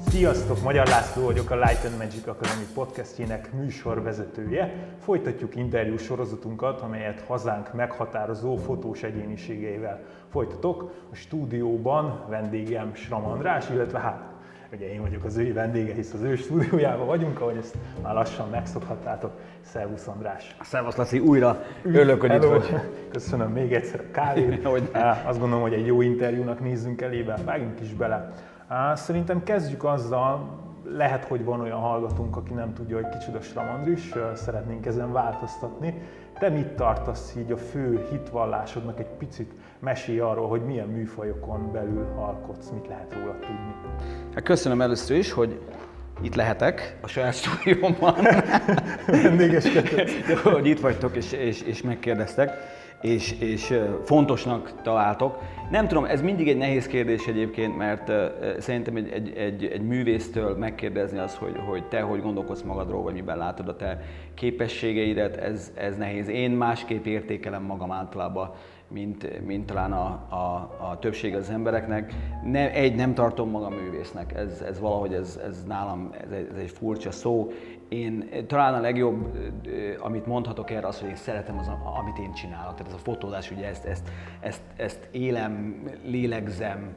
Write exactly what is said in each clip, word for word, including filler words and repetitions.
Sziasztok! Magyar László vagyok, a Light and Magic Academy podcastjének műsorvezetője. Folytatjuk interjú sorozatunkat, amelyet hazánk meghatározó fotós egyéniségeivel folytatok. A stúdióban vendégem Schramm András, illetve hát ugye én vagyok az ő vendége, hisz az ő stúdiójában vagyunk, ahogy ezt már lassan megszokhattátok. Szervusz András! Szervusz Laci, újra örülök, hogy itt vagy. Köszönöm még egyszer a kávét. Azt gondolom, hogy egy jó interjúnak nézzünk elébe, vágjunk is bele. Szerintem kezdjük azzal, lehet, hogy van olyan hallgatónk, aki nem tudja, hogy kicsoda Schramm Andris, szeretnénk ezen változtatni. Te mit tartasz így a fő hitvallásodnak, egy picit mesélj arról, hogy milyen műfajokon belül alkotsz, mit lehet róla tudni? Hát köszönöm először is, hogy itt lehetek a saját stúdiómban. Vendégeskedtek. Hogy itt vagytok és, és, és megkérdeztek. És, és fontosnak találtok. Nem tudom, ez mindig egy nehéz kérdés egyébként, mert uh, szerintem egy, egy, egy, egy művésztől megkérdezni azt, hogy, hogy te hogy gondolkodsz magadról, vagy miben látod a te képességeidet, ez, ez nehéz. Én másképp értékelem magam általában, mint, mint talán a, a, a többség az embereknek. Ne, egy, nem tartom magam művésznek, ez, ez valahogy ez, ez nálam ez egy, ez egy furcsa szó. Én talán a legjobb, amit mondhatok erre, az, hogy én szeretem az, amit én csinálok. Tehát ez a fotózás, ugye ezt, ezt, ezt, ezt élem, lélegzem,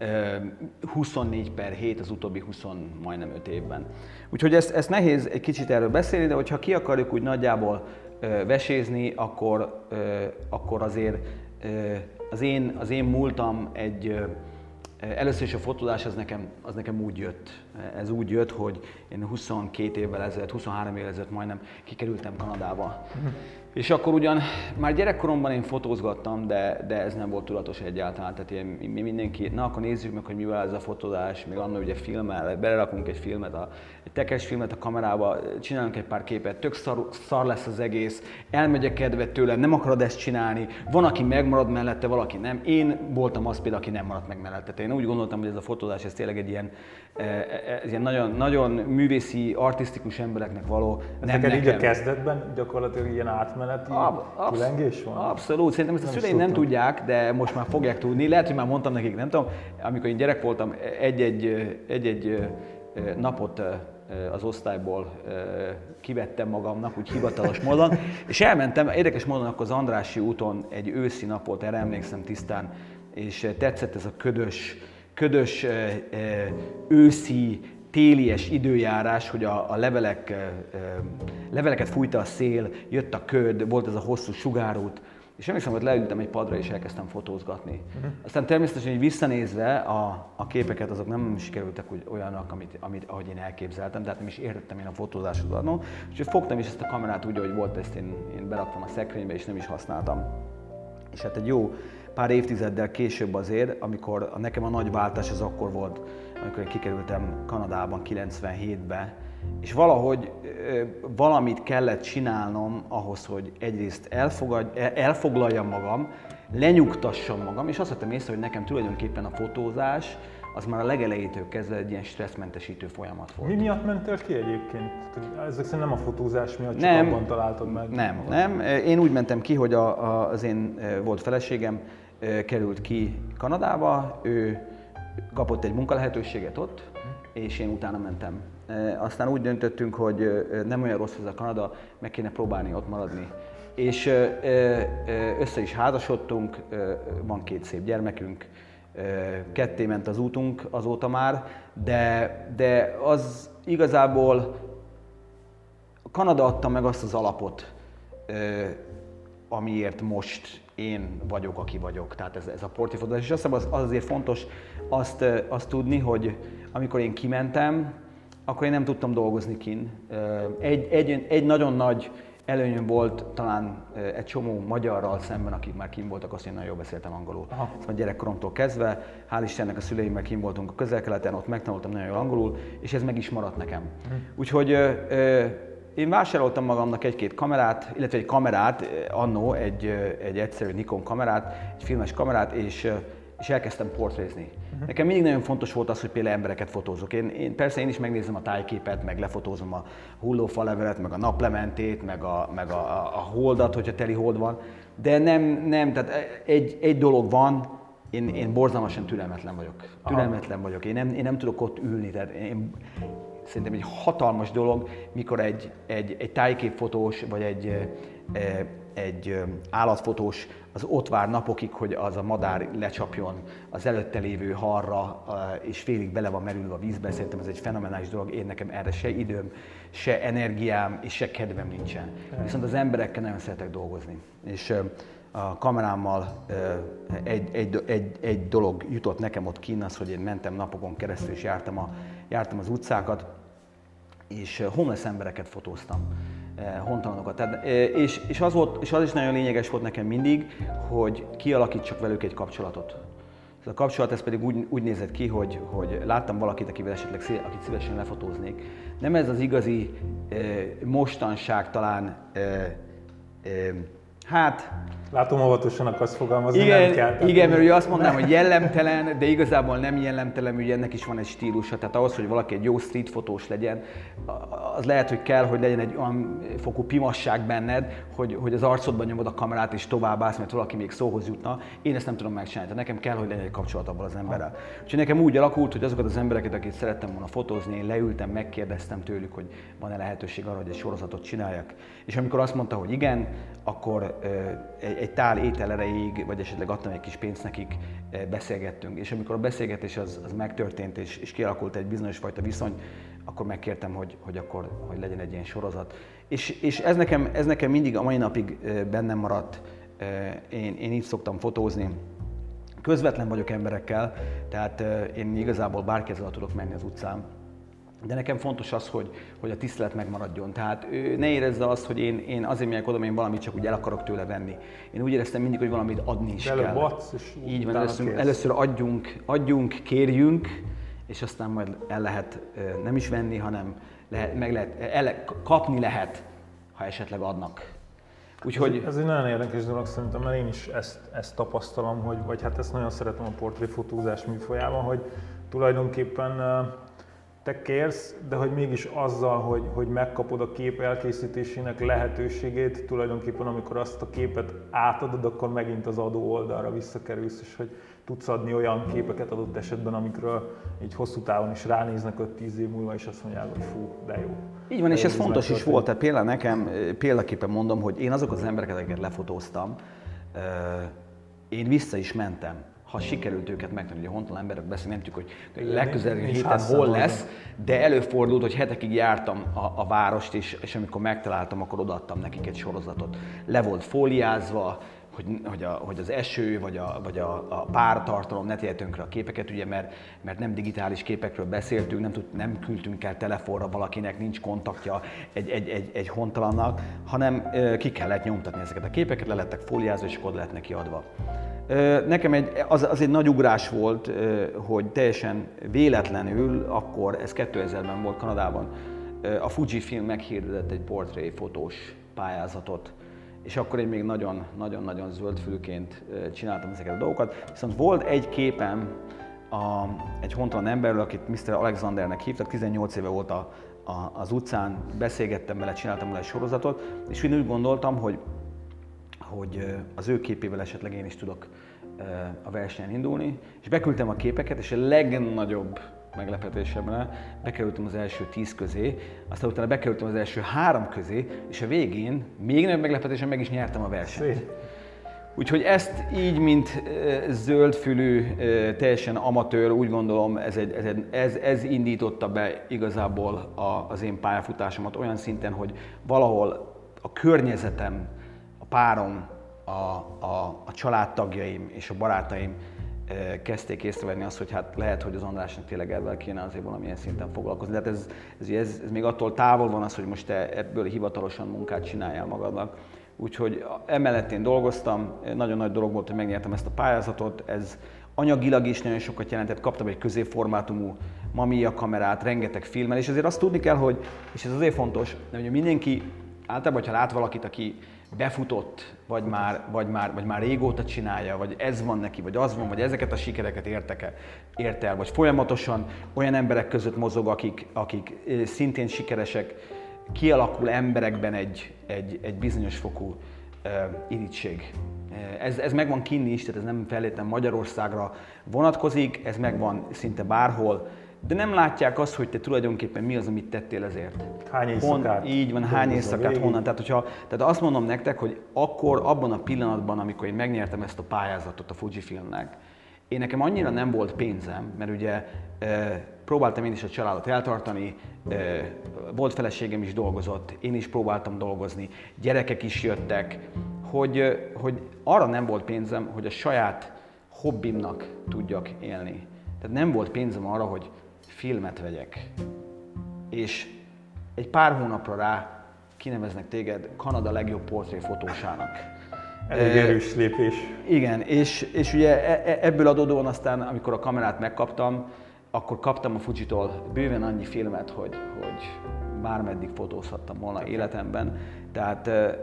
huszonnégy per hét az utóbbi húsz, majdnem öt évben. Úgyhogy ezt, ezt nehéz egy kicsit erről beszélni, de hogyha ki akarjuk úgy nagyjából vesézni, akkor, akkor azért az én, az én múltam egy... Először is a fotózás az nekem, az nekem úgy jött. Ez úgy jött, hogy én huszonkét évvel ezelőtt, huszonhárom évvel ezelőtt majdnem kikerültem Kanadába. Uh-huh. És akkor ugyan már gyerekkoromban én fotózgattam, de, de ez nem volt tudatos egyáltalán. Tehát ilyen, mindenki, na akkor nézzük meg, hogy mivel ez a fotózás, még annak ugye filmmel, belerakunk egy filmet, a, egy tekes filmet a kamerába, csinálunk egy pár képet, tök szar, szar lesz az egész, elmegy a kedved tőlem, nem akarod ezt csinálni, van, aki megmarad mellette, valaki nem. Én voltam az például, aki nem maradt meg mellette. Én úgy gondoltam, hogy ez a fotózás, ez tényleg egy ilyen, ez ilyen nagyon, nagyon művészi, artisztikus embereknek való. Ez neked így a kezdetben gyakorlatilag ilyen átmeneti Ab, kilengés van? Abszolút, szerintem ezt a szüleim nem tudják, de most már fogják tudni. Lehet, hogy már mondtam nekik, nem tudom, amikor én gyerek voltam, egy-egy, egy-egy napot az osztályból kivettem magamnak, úgy hivatalos módon, és elmentem, érdekes módon akkor az Andrássy úton egy őszi nap volt, erre emlékszem tisztán, és tetszett ez a ködös, ködös őszi, télies időjárás, hogy a, a levelek, leveleket fújta a szél, jött a köd, volt ez a hosszú sugárút, és emlékszem, hogy leültem egy padra és elkezdtem fotózgatni. Uh-huh. Aztán természetesen, hogy visszanézve a, a képeket, azok nem sikerültek úgy olyanok, amit, amit, ahogy én elképzeltem, tehát nem is értettem én a fotózáshoz adnom. Úgyhogy fogtam is ezt a kamerát úgy, ahogy volt, ezt én, én beraktam a szekrénybe és nem is használtam. És hát egy jó pár évtizeddel később azért, amikor nekem a nagy váltás az akkor volt, amikor én kikerültem Kanadában kilencvenhétben, és valahogy valamit kellett csinálnom ahhoz, hogy egyrészt elfoglaljam magam, lenyugtassam magam, és azt vettem észre, hogy nekem tulajdonképpen a fotózás az már a legelejétől kezdve egy ilyen stresszmentesítő folyamat volt. Mi miatt mentél ki egyébként? Ezek szerint nem a fotózás miatt, csak nem, abban találtad meg? Nem, nem. Én úgy mentem ki, hogy a, a, az én volt feleségem került ki Kanadába, ő kapott egy munkalehetőséget ott, és én utána mentem. Aztán úgy döntöttünk, hogy nem olyan rossz ez a Kanada, meg kéne próbálni ott maradni. És össze is házasodtunk, van két szép gyermekünk, ketté ment az útunk azóta már, de, de az igazából Kanada adta meg azt az alapot, amiért most én vagyok, aki vagyok. Tehát ez, ez a portréfotózás. És azt hiszem, az, az azért fontos azt, azt tudni, hogy amikor én kimentem, akkor én nem tudtam dolgozni kint. Egy, egy, egy nagyon nagy előnyöm volt talán egy csomó magyarral szemben, akik már kint voltak, azt én nagyon jól beszéltem angolul. Aha. Ezt már gyerekkoromtól kezdve, hál' Istennek a szüleimmel kint voltunk a Közel-Keleten, ott megtanultam nagyon jól angolul, és ez meg is maradt nekem. Hm. Úgyhogy ö, én vásároltam magamnak egy-két kamerát, illetve egy kamerát, annó egy, egy egyszerű Nikon kamerát, egy filmes kamerát, és, és elkezdtem portrézni. Uh-huh. Nekem mindig nagyon fontos volt az, hogy például embereket fotózok. Én, én persze én is megnézem a tájképet, meg lefotózom a hulló falevelet, meg a naplementét, meg a, meg a, a holdat, hogyha teli hold van, de nem, nem, tehát egy, egy dolog van, én, én borzalmasan türelmetlen vagyok. Türelmetlen vagyok. Én nem, én nem tudok ott ülni. Tehát én, szerintem egy hatalmas dolog, mikor egy, egy, egy tájképfotós, vagy egy, egy állatfotós az ott vár napokig, hogy az a madár lecsapjon az előtte lévő halra, és félig bele van merülve a vízbe. Szerintem ez egy fenomenális dolog. Én nekem erre se időm, se energiám, és se kedvem nincsen. Viszont az emberekkel nagyon szeretek dolgozni. És a kamerámmal egy, egy, egy, egy dolog jutott nekem ott kinn, az, hogy én mentem napokon keresztül, és jártam, a, jártam az utcákat, és homeless embereket fotóztam, hontalanokat. Tehát, és, és, az volt, és az is nagyon lényeges volt nekem mindig, hogy kialakítsak velük egy kapcsolatot. Ez a kapcsolat ez pedig úgy, úgy nézett ki, hogy, hogy láttam valakit, akivel esetleg akit szívesen lefotóznék. Nem ez az igazi mostanság talán, hát... Látom, óvatosan akarsz fogalmazni, igen, nem kell. Igen, mert ugye azt mondanám, hogy jellemtelen, de igazából nem jellemtelen, ugye ennek is van egy stílusa. Tehát ahhoz, hogy valaki egy jó street fotós legyen, az lehet, hogy kell, hogy legyen egy olyan fokú pimasság benned, hogy, hogy az arcodban nyomod a kamerát és továbbállsz, mert valaki még szóhoz jutna. Én ezt nem tudom megcsinálni, tehát nekem kell, hogy legyen egy kapcsolat abban az emberrel. Úgyhogy nekem úgy alakult, hogy azokat az embereket, akit szerettem volna fotózni, én leültem, megkérdeztem tőlük, hogy van-e lehetőség arra, hogy egy sorozatot csináljak. És amikor azt mondta, hogy igen, akkor egy, egy tál étel erejéig, vagy esetleg adtam egy kis pénzt nekik, beszélgettünk. És amikor a beszélgetés az, az megtörtént, és, és kialakult egy bizonyos fajta viszony, akkor megkértem, hogy, hogy akkor hogy legyen egy ilyen sorozat. És, és ez, nekem, ez nekem mindig a mai napig bennem maradt. Én, én így szoktam fotózni. Közvetlen vagyok emberekkel, tehát én igazából bárkivel tudok menni az utcán. De nekem fontos az, hogy, hogy a tisztelet megmaradjon. Tehát ő ne érezze azt, hogy én, én azért megyek oda, mert én valamit csak úgy el akarok tőle venni. Én úgy éreztem mindig, hogy valamit adni is előbb kell. Adsz, és így van, először, először adjunk, adjunk, kérjünk, és aztán majd el lehet nem is venni, hanem lehet, meg lehet, el, kapni lehet, ha esetleg adnak. Úgyhogy... Ez, ez egy nagyon érdekes dolog szerintem, mert én is ezt, ezt tapasztalom, hogy, vagy hát ezt nagyon szeretem a portréfotózás műfajában, hogy tulajdonképpen te kérsz, de hogy mégis azzal, hogy, hogy megkapod a kép elkészítésének lehetőségét, tulajdonképpen amikor azt a képet átadod, akkor megint az adó oldalra visszakerülsz, és hogy tudsz adni olyan képeket adott esetben, amikről így hosszú távon is ránéznek öt-tíz év múlva, és azt mondják, hogy fú, de jó. Így van, és ez fontos is volt. Tehát például nekem, példaképpen mondom, hogy én azok az embereket, akiket lefotóztam, én vissza is mentem. Ha sikerült őket megtanulni, hogy a hontalan emberek beszélni, nem tudjuk, hogy legközelebb héten hol lesz, de előfordult, hogy hetekig jártam a, a várost, és, és amikor megtaláltam, akkor odaadtam nekik egy sorozatot. Le volt fóliázva, hogy, hogy, a, hogy az eső vagy a, vagy a, a pártartalom ne tegye tönkre a képeket, ugye, mert, mert nem digitális képekről beszéltünk, nem, tud, nem küldtünk el telefonra valakinek, nincs kontaktja egy, egy, egy, egy hontalannak, hanem ki kellett nyomtatni ezeket a képeket, le lettek fóliázva, és akkor oda lett neki adva. Nekem egy, az, az egy nagy ugrás volt, hogy teljesen véletlenül, akkor ez kétezerben volt Kanadában, a Fujifilm meghirdetett egy portréfotós pályázatot, és akkor én még nagyon-nagyon zöldfülűként csináltam ezeket a dolgokat. Viszont volt egy képem a, egy hontalan emberről, akit miszter Alexandernek hívtak, tizennyolc éve volt a, a, az utcán, beszélgettem vele, csináltam vele egy sorozatot, és én úgy gondoltam, hogy hogy az ő képével esetleg én is tudok a versenyen indulni, és beküldtem a képeket, és a legnagyobb meglepetésemre bekerültem az első tíz közé, aztán utána bekerültem az első három közé, és a végén még nagyobb meglepetésem meg is nyertem a versenyt. Úgyhogy ezt így, mint zöldfülű, teljesen amatőr, úgy gondolom, ez, egy, ez, egy, ez, ez indította be igazából a, az én pályafutásomat olyan szinten, hogy valahol a környezetem, a párom, a, a, a családtagjaim és a barátaim e, kezdték észrevenni azt, hogy hát lehet, hogy az Andrásnak tényleg ebben kéne azért valamilyen szinten foglalkozni. De hát ez, ez, ez, ez még attól távol van az, hogy most te ebből hivatalosan munkát csináljál magadnak. Úgyhogy emellett én dolgoztam, nagyon nagy dolog volt, hogy megnyertem ezt a pályázatot. Ez anyagilag is nagyon sokat jelentett, kaptam egy középformátumú Mamiya kamerát, rengeteg filmmel, és azért azt tudni kell, hogy, és ez azért fontos, hogy mindenki általában, ha lát valakit, aki befutott, vagy már, vagy, már, vagy már régóta csinálja, vagy ez van neki, vagy az van, vagy ezeket a sikereket értek el, ért el, vagy folyamatosan olyan emberek között mozog, akik, akik szintén sikeresek, kialakul emberekben egy, egy, egy bizonyos fokú irigység. Ez, ez megvan kinn is, tehát ez nem feltétlenül Magyarországra vonatkozik, ez megvan szinte bárhol, de nem látják azt, hogy te tulajdonképpen mi az, amit tettél ezért. Hány éjszakát? Hon, így van, hány éjszakát, honnan. Tehát, hogyha, tehát azt mondom nektek, hogy akkor, abban a pillanatban, amikor én megnyertem ezt a pályázatot a Fujifilmnek, én nekem annyira nem volt pénzem, mert ugye e, próbáltam én is a családot eltartani, e, volt feleségem is dolgozott, én is próbáltam dolgozni, gyerekek is jöttek, hogy, hogy arra nem volt pénzem, hogy a saját hobbimnak tudjak élni. Tehát nem volt pénzem arra, hogy filmet vegyek. És egy pár hónapra rá kineveznek téged Kanada legjobb portréfotósának. Elég erős lépés. Igen, és, és ugye ebből adódóan aztán, amikor a kamerát megkaptam, akkor kaptam a Fujitól bőven annyi filmet, hogy, hogy bármeddig fotózhattam volna életemben. Tehát,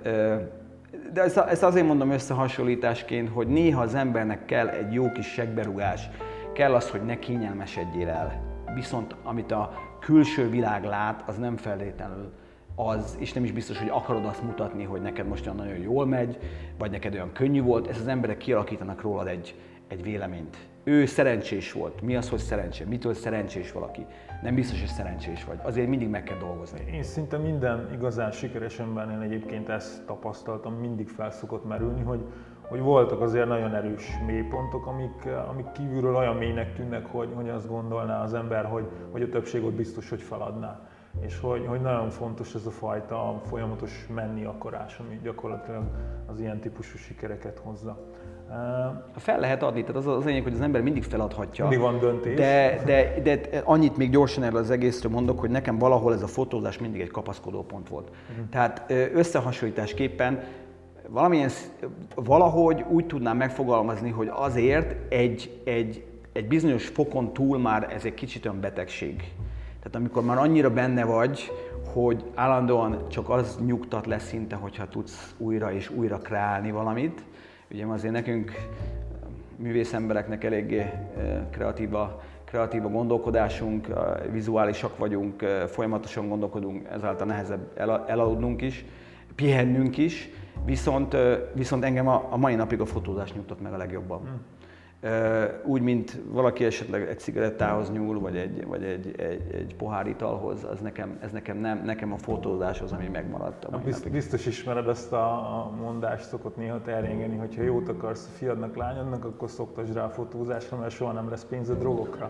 de ezt azért mondom összehasonlításként, hogy néha az embernek kell egy jó kis segberugás, kell az, hogy ne kényelmesedjél el. Viszont amit a külső világ lát, az nem feltétlenül az, és nem is biztos, hogy akarod azt mutatni, hogy neked most olyan nagyon jól megy, vagy neked olyan könnyű volt, ezt az emberek kialakítanak rólad egy, egy véleményt. Ő szerencsés volt. Mi az, hogy szerencsés? Mitől szerencsés valaki? Nem biztos, hogy szerencsés vagy. Azért mindig meg kell dolgozni. Én szinte minden igazán sikeres embernél egyébként ezt tapasztaltam, mindig fel szokott merülni, hogy, hogy voltak azért nagyon erős mélypontok, amik, amik kívülről olyan mélynek tűnnek, hogy, hogy azt gondolná az ember, hogy, hogy a többség ott biztos, hogy feladná. És hogy, hogy nagyon fontos ez a fajta folyamatos menni akarás, ami gyakorlatilag az ilyen típusú sikereket hozza. Fel lehet adni, tehát az az lényeg, hogy az ember mindig feladhatja. Mindig van döntés. De, de, de annyit még gyorsan erről az egészről mondok, hogy nekem valahol ez a fotózás mindig egy kapaszkodó pont volt. Uh-huh. Tehát összehasonlításképpen valamilyen, valahogy úgy tudnám megfogalmazni, hogy azért egy, egy, egy bizonyos fokon túl már ez egy kicsit olyan betegség. Tehát amikor már annyira benne vagy, hogy állandóan csak az nyugtat lesz szinte, hogyha tudsz újra és újra kreálni valamit. Ugye azért nekünk, művész embereknek eléggé kreatív a, kreatív a gondolkodásunk, vizuálisak vagyunk, folyamatosan gondolkodunk, ezáltal nehezebb el, elaludnunk is, pihennünk is, viszont, viszont engem a, a mai napig a fotózás nyugtat meg a legjobban. Hmm. Úgy, mint valaki esetleg egy cigarettához nyúl, vagy egy, vagy egy, egy, egy pohár italhoz, az nekem, ez nekem nem, nekem a fotózás az, ami megmaradt a mai Bizt, biztos ismered ezt a, a mondást, szokott néha terjengeni, hogy ha jót akarsz a fiadnak, lányodnak, akkor szoktasd rá a fotózásra, mert soha nem lesz pénz a drogokra.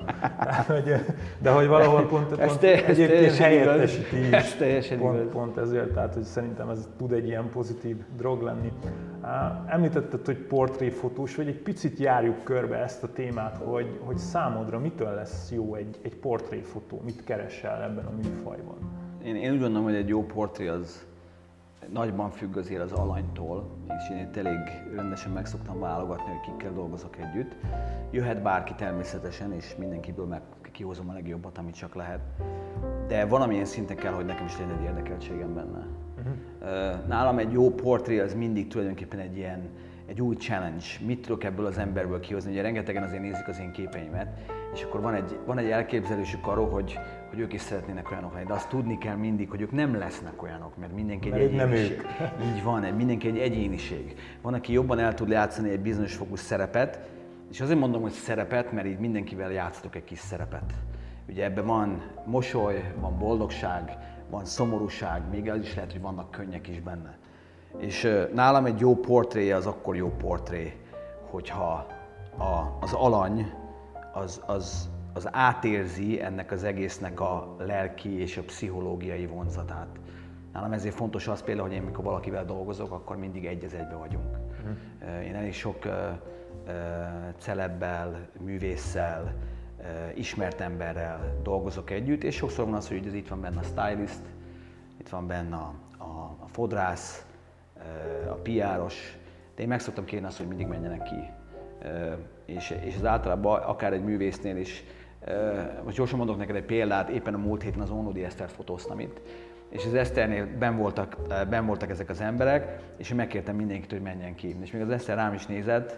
De hogy valahol pont, pont te, egyébként helyettesíti is, pont, pont ezért, tehát hogy szerintem ez tud egy ilyen pozitív drog lenni. Említetted, hogy portréfotós vagy, egy picit járjuk körbe ezt a témát, hogy, hogy számodra mitől lesz jó egy, egy portréfotó, mit keresel ebben a műfajban? Én, én úgy gondolom, hogy egy jó portré az nagyban függ azért az alanytól, és én itt elég rendesen meg szoktam válogatni, hogy kikkel dolgozok együtt. Jöhet bárki természetesen, és mindenkiből meg kihozom a legjobbat, amit csak lehet. De valamilyen szinten kell, hogy nekem is legyen egy érdekeltségem benne. Uh-huh. Nálam egy jó portré az mindig tulajdonképpen egy ilyen, egy új challenge. Mit tudok ebből az emberből kihozni? Ugye rengetegen azért nézik az én képeimet, és akkor van egy, van egy elképzelésük arról, hogy, hogy ők is szeretnének olyanok lenni, de azt tudni kell mindig, hogy ők nem lesznek olyanok, mert mindenki egy mert egyéniség. Így van, mindenki egy egyéniség. Van, aki jobban el tud játszani egy bizonyos fokú szerepet, és azért mondom, hogy szerepet, mert így mindenkivel játszatok egy kis szerepet. Ugye ebben van mosoly, van boldogság, van szomorúság, még az is lehet, hogy vannak könnyek is benne. És nálam egy jó portré az akkor jó portré, hogyha a, az alany az, az, az átérzi ennek az egésznek a lelki és a pszichológiai vonzatát. Nálam ezért fontos az például, hogy én mikor valakivel dolgozok, akkor mindig egy az egybe vagyunk. Mm. Én elég sok uh, uh, celebbel, művésszel, uh, ismert emberrel dolgozok együtt, és sokszor van az, hogy itt van benne a stylist, itt van benne a, a, a fodrász, uh, a pé er-os, de én meg szoktam kérni azt, hogy mindig menjenek ki. Uh, és, és az általában akár egy művésznél is, uh, most gyorsan mondok neked egy példát, éppen a múlt héten az Ónodi Esztert fotóztam itt, és az Eszternél benn voltak, benn voltak ezek az emberek, és én megkértem mindenkit, hogy menjen ki. És még az Eszter rám is nézett,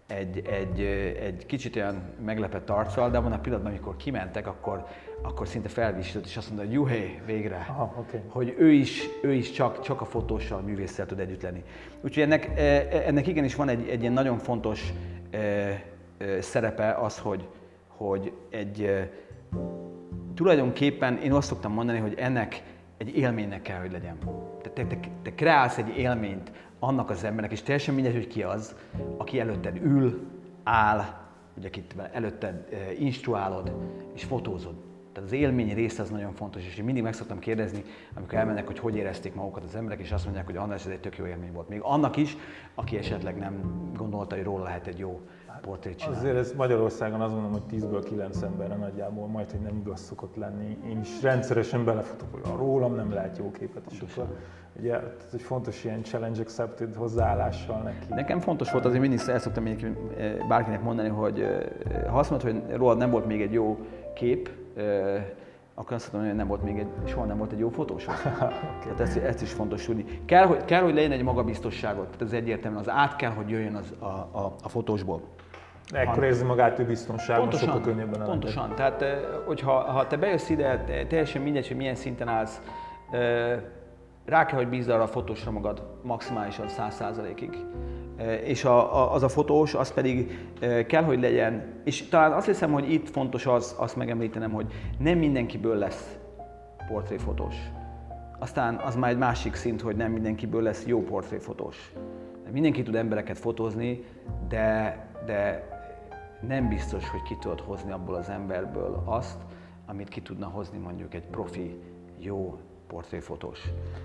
egy, egy, egy kicsit olyan meglepett arccal, de abban a pillanatban, amikor kimentek, akkor, akkor szinte felvisított, és azt mondta, hogy juhé, végre, Aha, okay. hogy ő is, ő is csak, csak a fotóssal, a művésszel tud együtt lenni. Úgyhogy ennek, ennek igenis van egy, egy ilyen nagyon fontos szerepe az, hogy, hogy egy tulajdonképpen én azt szoktam mondani, hogy ennek egy élménynek kell, hogy legyen. Te, te, te, te kreálsz egy élményt annak az embernek, és teljesen mindegy, hogy ki az, aki előtted ül, áll, ugye akit előtted instruálod és fotózod. Tehát az élmény része az nagyon fontos, és én mindig meg szoktam kérdezni, amikor elmennek, hogy hogy érezték magukat az emberek, és azt mondják, hogy András, ez egy tök jó élmény volt. Még annak is, aki esetleg nem gondolta, hogy róla lehet egy jó portrét csinálni. Azért ez Magyarországon azt mondom, hogy tízből kilenc emberre nagyjából majd, hogy nem igaz szokott lenni. Én is rendszeresen belefutok, hogy a rólam nem lehet jó képet. És akkor, ugye, ez egy fontos ilyen challenge accepted hozzáállással neki. Nekem fontos volt, azért mindig el szoktam bárkinek mondani, hogy ha azt mondod, hogy rólad nem volt még egy jó kép, akkor azt mondom, hogy nem volt még egy, soha nem volt egy jó fotós. Okay. Tehát ezt, ezt is fontos tudni. Kell hogy, kell, hogy legyen egy magabiztosságot, tehát ez egyértelműen az át kell, hogy jöjjön az, a, a, a fotósból. Ekkor érzi magát ő biztonságban, sokkal könnyebben el. Pontosan, tehát hogyha ha te bejössz ide, teljesen mindegy, hogy milyen szinten állsz, rá kell, hogy bízd arra a fotósra magad maximálisan száz százalékig. És a, a, az a fotós, az pedig kell, hogy legyen, és talán azt hiszem, hogy itt fontos az, azt megemlítenem, hogy nem mindenkiből lesz portréfotós. Aztán az már egy másik szint, hogy nem mindenkiből lesz jó portréfotós. Mindenki tud embereket fotózni, de, de nem biztos, hogy ki tudod hozni abból az emberből azt, amit ki tudna hozni mondjuk egy profi, jó portréfotós.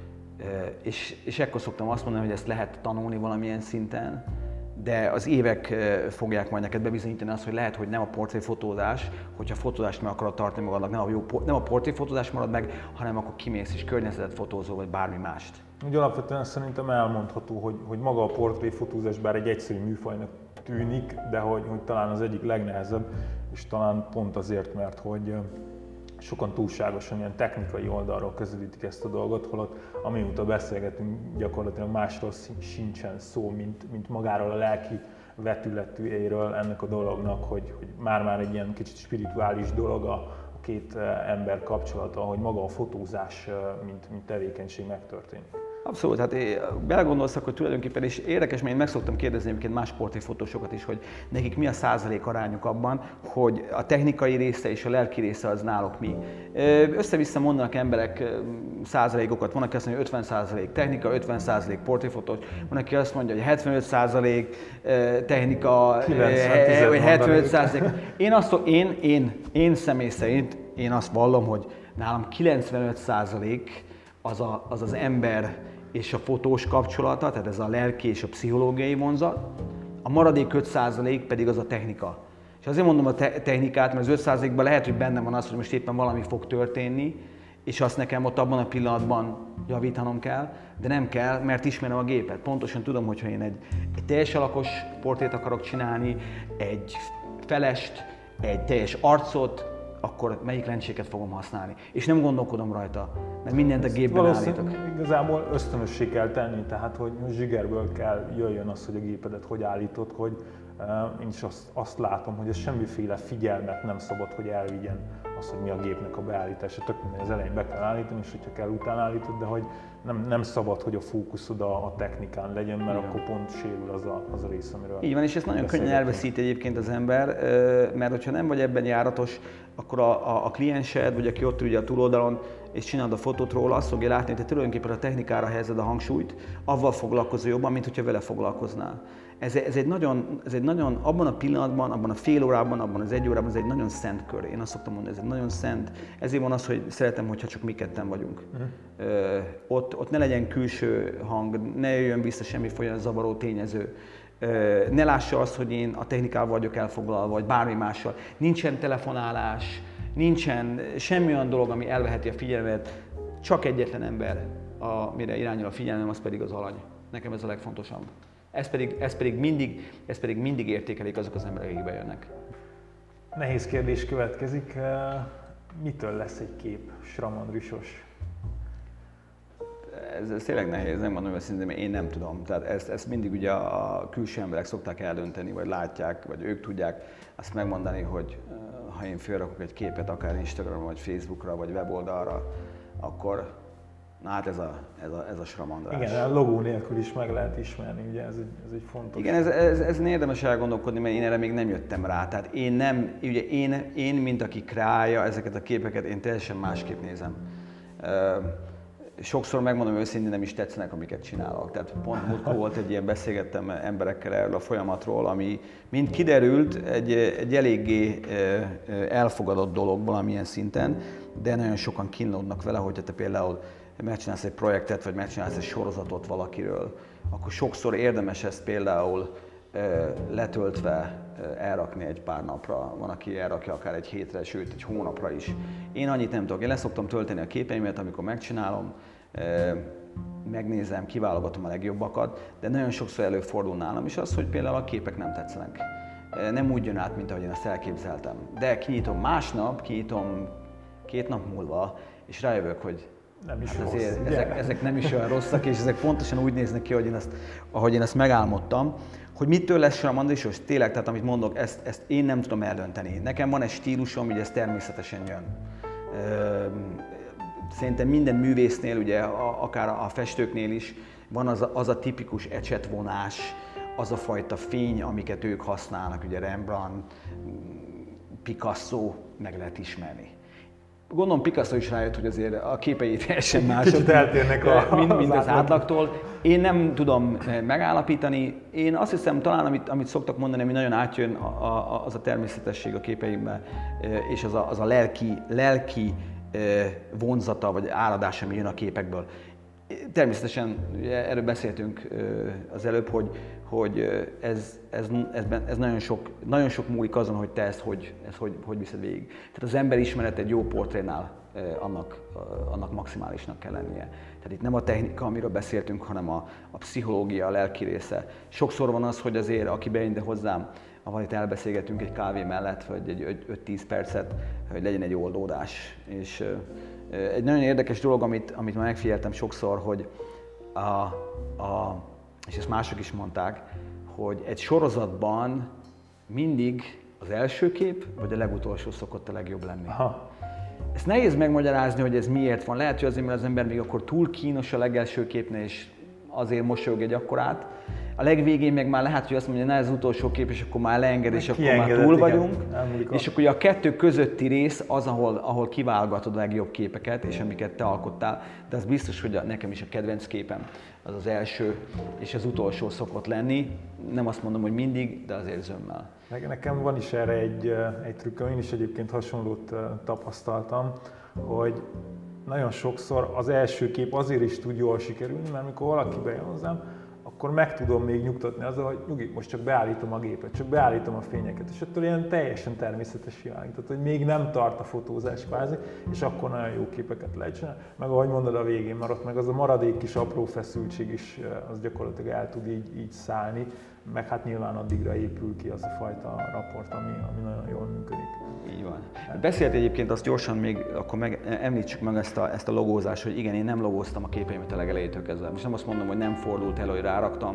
És, és ekkor szoktam azt mondani, hogy ezt lehet tanulni valamilyen szinten, de az évek fogják majd neked bebizonyítani azt, hogy lehet, hogy nem a portréfotózás, hogyha fotózást meg akarod tartani magadnak, nem a, jó, nem a portréfotózás marad meg, hanem akkor kimész és környezetet fotózol, vagy bármi mást. Úgy alapvetően szerintem elmondható, hogy, hogy maga a portréfotózás bár egy egyszerű műfajnak tűnik, de hogy, hogy talán az egyik legnehezebb, és talán pont azért, mert hogy sokan túlságosan ilyen technikai oldalról közelítik ezt a dolgot, holott amióta beszélgetünk, gyakorlatilag másról sincsen szó, mint, mint magáról a lelki vetületéről ennek a dolognak, hogy, hogy már-már egy ilyen kicsit spirituális dolog a, a két ember kapcsolata, hogy maga a fotózás, mint, mint tevékenység megtörténik. Abszolút, hát belegondolsz, hogy tulajdonképpen, és érdekes, mert én meg szoktam kérdezni egyébként más portréfotósokat is, hogy nekik mi a százalék arányuk abban, hogy a technikai része és a lelki része az náluk mi. Össze-vissza mondanak emberek százalékokat, van, aki azt mondja, hogy ötven százalék technika, ötven százalék portréfotós, van, aki azt mondja, hogy hetvenöt százalék technika, vagy hetvenöt százalék. Én, azt, én, én, én személy szerint, én azt vallom, hogy nálam kilencvenöt százalék az, a, az az ember és a fotós kapcsolata, tehát ez a lelki és a pszichológiai vonzat, a maradék öt százalék pedig az a technika. És azért mondom a te- technikát, mert az öt százalékban lehet, hogy benne van az, hogy most éppen valami fog történni, és azt nekem ott abban a pillanatban javítanom kell, de nem kell, mert ismerem a gépet. Pontosan tudom, hogyha én egy, egy teljes alakos portrét akarok csinálni, egy felest, egy teljes arcot, akkor melyik lencséket fogom használni. És nem gondolkodom rajta, mert mindent a gépben állítok. Igazából ösztönössé kell tenni, tehát hogy zsigerből kell jöjjön az, hogy a gépedet hogy állítod, hogy uh, én is azt, azt látom, hogy ez semmiféle figyelmet nem szabad, hogy elvigyen az, hogy mi a gépnek a beállítása. Tök minden az elején be kell állítani, és hogyha kell utána állítod, de hogy nem, nem szabad, hogy a fókuszod a, a technikán legyen, mert igen, akkor pont sérül az a, az a rész, amiről így van, és ezt nagyon könnyen elveszít egyébként az ember, mert hogyha nem vagy ebben járatos, akkor a, a, a kliensed, vagy aki ott ül a túloldalon, és csinálod a fotót róla, azt fogja látni, hogy te tulajdonképpen a technikára helyezed a hangsúlyt, avval foglalkozol jobban, mint hogyha vele foglalkoznál. Ez, ez, egy nagyon, ez egy nagyon, abban a pillanatban, abban a fél órában, abban az egy órában, ez egy nagyon szent kör. Én azt szoktam mondani, ez egy nagyon szent. Ezért van az, hogy szeretem, hogyha csak mi ketten vagyunk. Uh-huh. Ö, ott, ott ne legyen külső hang, ne jöjjön vissza semmifajta zavaró tényező. Ö, ne lássa azt, hogy én a technikával vagyok elfoglalva, vagy bármi mással. Nincsen telefonálás, nincsen semmi olyan dolog, ami elveheti a figyelmet. Csak egyetlen ember, amire irányul a figyelmem, az pedig az alany. Nekem ez a legfontosabb. Ez pedig, ez pedig, mindig, ez pedig mindig értékelik azok az emberek, akik bejönnek. Nehéz kérdés következik. Mitől lesz egy kép Schramm Andrisos? ez, ez tényleg nehéz, nem mondom őszintén, mert én nem tudom. Tehát ezt, ezt mindig ugye a külső emberek szokták eldönteni, vagy látják, vagy ők tudják azt megmondani, hogy ha én felrakok egy képet akár Instagramra, vagy Facebookra, vagy weboldalra, akkor na hát ez a, ez a, ez a Schramm-András. Igen, a logó nélkül is meg lehet ismerni, ugye ez egy, ez egy fontos. Igen, ez, ez, ez érdemes elgondolkodni, mert én erre még nem jöttem rá. Tehát én nem, ugye én, én mint aki kreálja ezeket a képeket, én teljesen másképp nézem. Sokszor megmondom őszintén, nem is tetszenek, amiket csinálok. Tehát pont múltkor volt egy ilyen, beszélgettem emberekkel erről a folyamatról, ami mind kiderült egy, egy eléggé elfogadott dolog valamilyen szinten, de nagyon sokan kínlódnak vele, hogyha te például megcsinálsz egy projektet, vagy megcsinálsz egy sorozatot valakiről, akkor sokszor érdemes ezt például letöltve elrakni egy pár napra, van, aki elrakja akár egy hétre, sőt egy hónapra is. Én annyit nem tudok, én leszoktam tölteni a képeimet, amikor megcsinálom, megnézem, kiválogatom a legjobbakat, de nagyon sokszor előfordul nálam is az, hogy például a képek nem tetszenek. Nem úgy jön át, mint ahogy én ezt elképzeltem. De kinyitom másnap, kinyitom két nap múlva, és rájövök, hogy nem is hát rossz, ezért, ezek, ezek nem is olyan rosszak, és ezek pontosan úgy néznek ki, ahogy én ezt, ahogy én ezt megálmodtam. Hogy mitől lesz Schramm-András, és tényleg, tehát amit mondok, ezt, ezt én nem tudom eldönteni. Nekem van egy stílusom, hogy ez természetesen jön. Szerintem minden művésznél, ugye, akár a festőknél is van az a, az a tipikus ecsetvonás, az a fajta fény, amiket ők használnak, ugye Rembrandt, Picasso, meg lehet ismerni. Gondolom Picasso is rájött, hogy azért a képei teljesen mások, kicsit eltérnek a, mint, mint az, az átlagtól. Én nem tudom megállapítani. Én azt hiszem, talán amit, amit szoktak mondani, ami nagyon átjön, a, a, az a természetesség a képeimben, és az a, az a lelki, lelki vonzata, vagy áradás, ami jön a képekből. Természetesen erről beszéltünk az előbb, hogy, hogy ez, ez, ez, ez nagyon, sok, nagyon sok múlik azon, hogy te ezt hogy, ezt hogy, hogy viszed végig. Tehát az ember ismeret egy jó portrénál annak, annak maximálisnak kell lennie. Tehát itt nem a technika, amiről beszéltünk, hanem a, a pszichológia, a lelki része. Sokszor van az, hogy azért, aki bejön ide hozzám, ahol itt elbeszélgetünk egy kávé mellett, vagy egy öt-tíz percet, hogy legyen egy oldódás. És egy nagyon érdekes dolog, amit, amit már megfigyeltem sokszor, hogy a, a, és ezt mások is mondták, hogy egy sorozatban mindig az első kép, vagy a legutolsó szokott a legjobb lenni. Aha. Ezt nehéz megmagyarázni, hogy ez miért van. Lehet, hogy azért, mert az ember még akkor túl kínos a legelső képnél, és azért mosolyog egy akkorát. A legvégén meg már lehet, hogy azt mondja, hogy na ez az utolsó kép, és akkor már leenged, és akkor már túl vagyunk. És akkor a kettő közötti rész az, ahol, ahol kiválogatod a legjobb képeket, és amiket te alkottál. De az biztos, hogy a, nekem is a kedvenc képem az az első, és az utolsó szokott lenni. Nem azt mondom, hogy mindig, de azért zömmel. Nekem van is erre egy, egy trükköm, én is egyébként hasonlót tapasztaltam, hogy nagyon sokszor az első kép azért is tud jól sikerülni, mert amikor valaki bejön hozzám, akkor meg tudom még nyugtatni azzal, hogy nyugi, most csak beállítom a gépet, csak beállítom a fényeket, és ettől ilyen teljesen természetes világ, tehát hogy még nem tart a fotózás kvázi, és akkor nagyon jó képeket lehet csinálni. Meg ahogy mondod, a végén maradt meg az a maradék kis apró feszültség is, az gyakorlatilag el tud így, így szállni, meg hát nyilván addigra épül ki az a fajta raport, ami, ami nagyon jól működik. Így van. Beszélt egyébként azt gyorsan még, akkor meg, említsük meg ezt a, ezt a logózást, hogy igen, én nem logóztam a képeimet a legelejétől kezdve. Most nem azt mondom, hogy nem fordult elő, hogy ráraktam,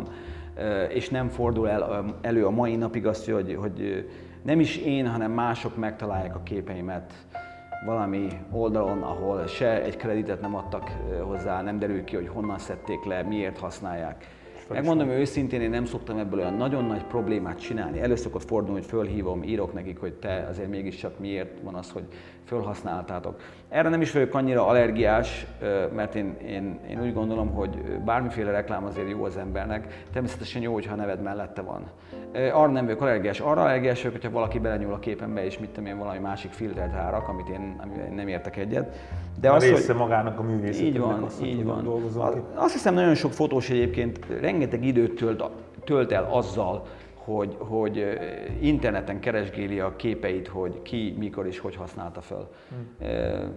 és nem fordul el, elő a mai napig azt, hogy, hogy nem is én, hanem mások megtalálják a képeimet valami oldalon, ahol se egy kreditet nem adtak hozzá, nem derül ki, hogy honnan szedték le, miért használják. Megmondom őszintén, én nem szoktam ebből olyan nagyon nagy problémát csinálni. Elő szokott fordulni, hogy fölhívom, írok nekik, hogy te azért mégiscsak miért van az, hogy fölhasználtátok. Erre nem is vagyok annyira allergiás, mert én, én, én úgy gondolom, hogy bármiféle reklám azért jó az embernek. Természetesen jó, hogyha a neved mellette van. Arra nem vagyok allergiás. Arra allergiás vagyok, hogyha valaki belenyúl a képembe, és mit tudom én, valami másik filtert rárak, amit én, amivel én nem értek egyet. De a az, része hogy... magának a művészetnek. Így van, így van. Az, azt hiszem, nagyon sok fotós egyébként rengeteg időt tölt, tölt el azzal, hogy, hogy interneten keresgéli a képeit, hogy ki, mikor és hogy használta föl. Hmm.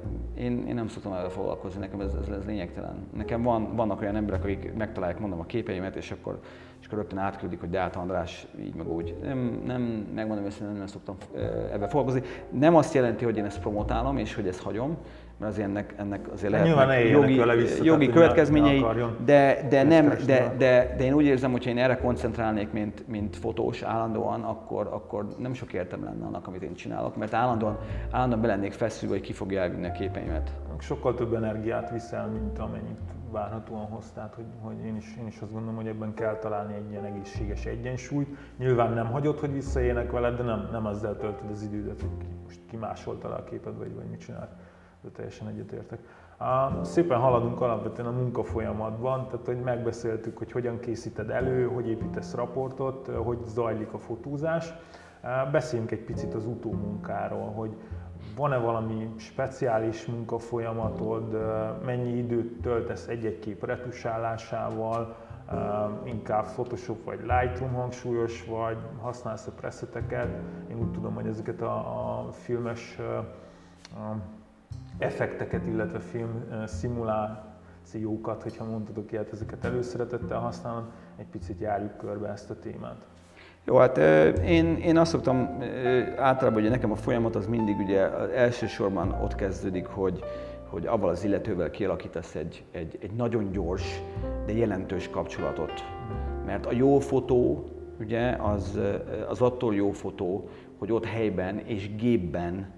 Én, én nem szoktam ezzel foglalkozni, nekem ez, ez, ez lényegtelen. Nekem van, vannak olyan emberek, akik megtalálják, mondom, a képeimet, és akkor, és akkor rögtön átküldik, hogy de hát András, így meg úgy. Nem, nem megmondom őszintén, nem szoktam ebben foglalkozni. Nem azt jelenti, hogy én ezt promotálom, és hogy ezt hagyom. mert azért ennek, ennek azért hát lehetnek jogi, jogi következményei, de, de, nem, de, de, de én úgy érzem, hogy ha én erre koncentrálnék, mint, mint fotós állandóan, akkor, akkor nem sok értelme lenne annak, amit én csinálok, mert állandóan, állandóan be lennék feszülve, hogy ki fogja elvinni a képeimet. Sokkal több energiát viszel, mint amennyit várhatóan hoz, tehát hogy, hogy én, is, én is azt gondolom, hogy ebben kell találni egy ilyen egészséges egyensúlyt. Nyilván nem hagyod, hogy visszaéljenek veled, de nem, nem azzal töltöd az idődet, hogy most kimásoltál a képed, vagy, vagy mit csinál. De teljesen egyetértek. Uh, szépen haladunk alapvetően a munkafolyamatban, tehát hogy megbeszéltük, hogy hogyan készíted elő, hogy építesz raportot, hogy zajlik a fotózás. Uh, beszéljünk egy picit az utómunkáról, hogy van-e valami speciális munkafolyamatod, uh, mennyi időt töltesz egy-egy kép retusálásával, uh, inkább Photoshop vagy Lightroom hangsúlyos, vagy használsz-e preseteket? Én úgy tudom, hogy ezeket a, a filmes uh, uh, effekteket, illetve film szimulációkat, hogyha mondhatok ilyet, ezeket előszeretettel használom, egy picit járjuk körbe ezt a témát. Jó, hát én, én azt szoktam általában, hogy nekem a folyamat az mindig ugye elsősorban ott kezdődik, hogy, hogy avval az illetővel kialakítasz egy, egy, egy nagyon gyors, de jelentős kapcsolatot. Mert a jó fotó, ugye, az, az attól jó fotó, hogy ott helyben és gépben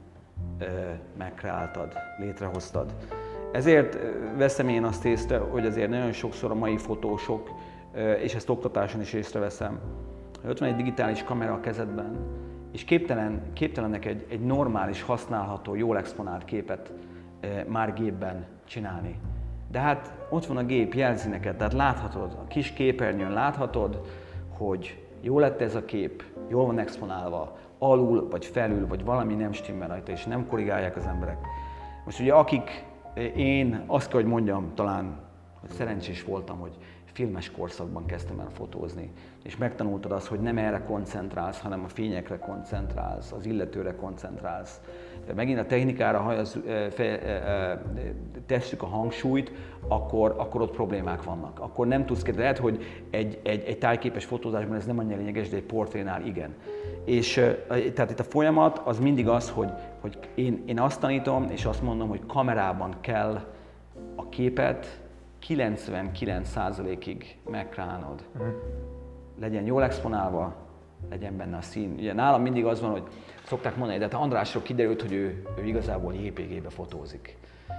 megkreáltad, létrehoztad. Ezért veszem én azt észre, hogy azért nagyon sokszor a mai fotósok, és ezt oktatáson is észreveszem, hogy ott van egy digitális kamera a kezedben, és képtelen, képtelenek egy, egy normális, használható, jól exponált képet már gépben csinálni. De hát ott van a gép, jelzi neked, tehát láthatod, a kis képernyőn láthatod, hogy jó lett ez a kép, jól van exponálva, alul, vagy felül, vagy valami nem stimmel rajta, és nem korrigálják az emberek. Most ugye akik, én azt kell, hogy mondjam, talán, hogy szerencsés voltam, hogy filmes korszakban kezdtem el fotózni, és megtanultad azt, hogy nem erre koncentrálsz, hanem a fényekre koncentrálsz, az illetőre koncentrálsz. Megint a technikára, ha az, fe, tesszük a hangsúlyt, akkor, akkor ott problémák vannak. Akkor nem tudsz kérdezni, lehet, hogy egy, egy, egy tájképes fotózásban ez nem annyira lényeges, de egy portrénál igen. És tehát itt a folyamat az mindig az, hogy, hogy én, én azt tanítom, és azt mondom, hogy kamerában kell a képet kilencvenkilenc százalékig megkrálnod. Uh-huh. Legyen jól exponálva, legyen benne a szín. Ugye nálam mindig az van, hogy szokták mondani, de hát Andrásról kiderült, hogy ő, ő igazából jé pé gé-be fotózik.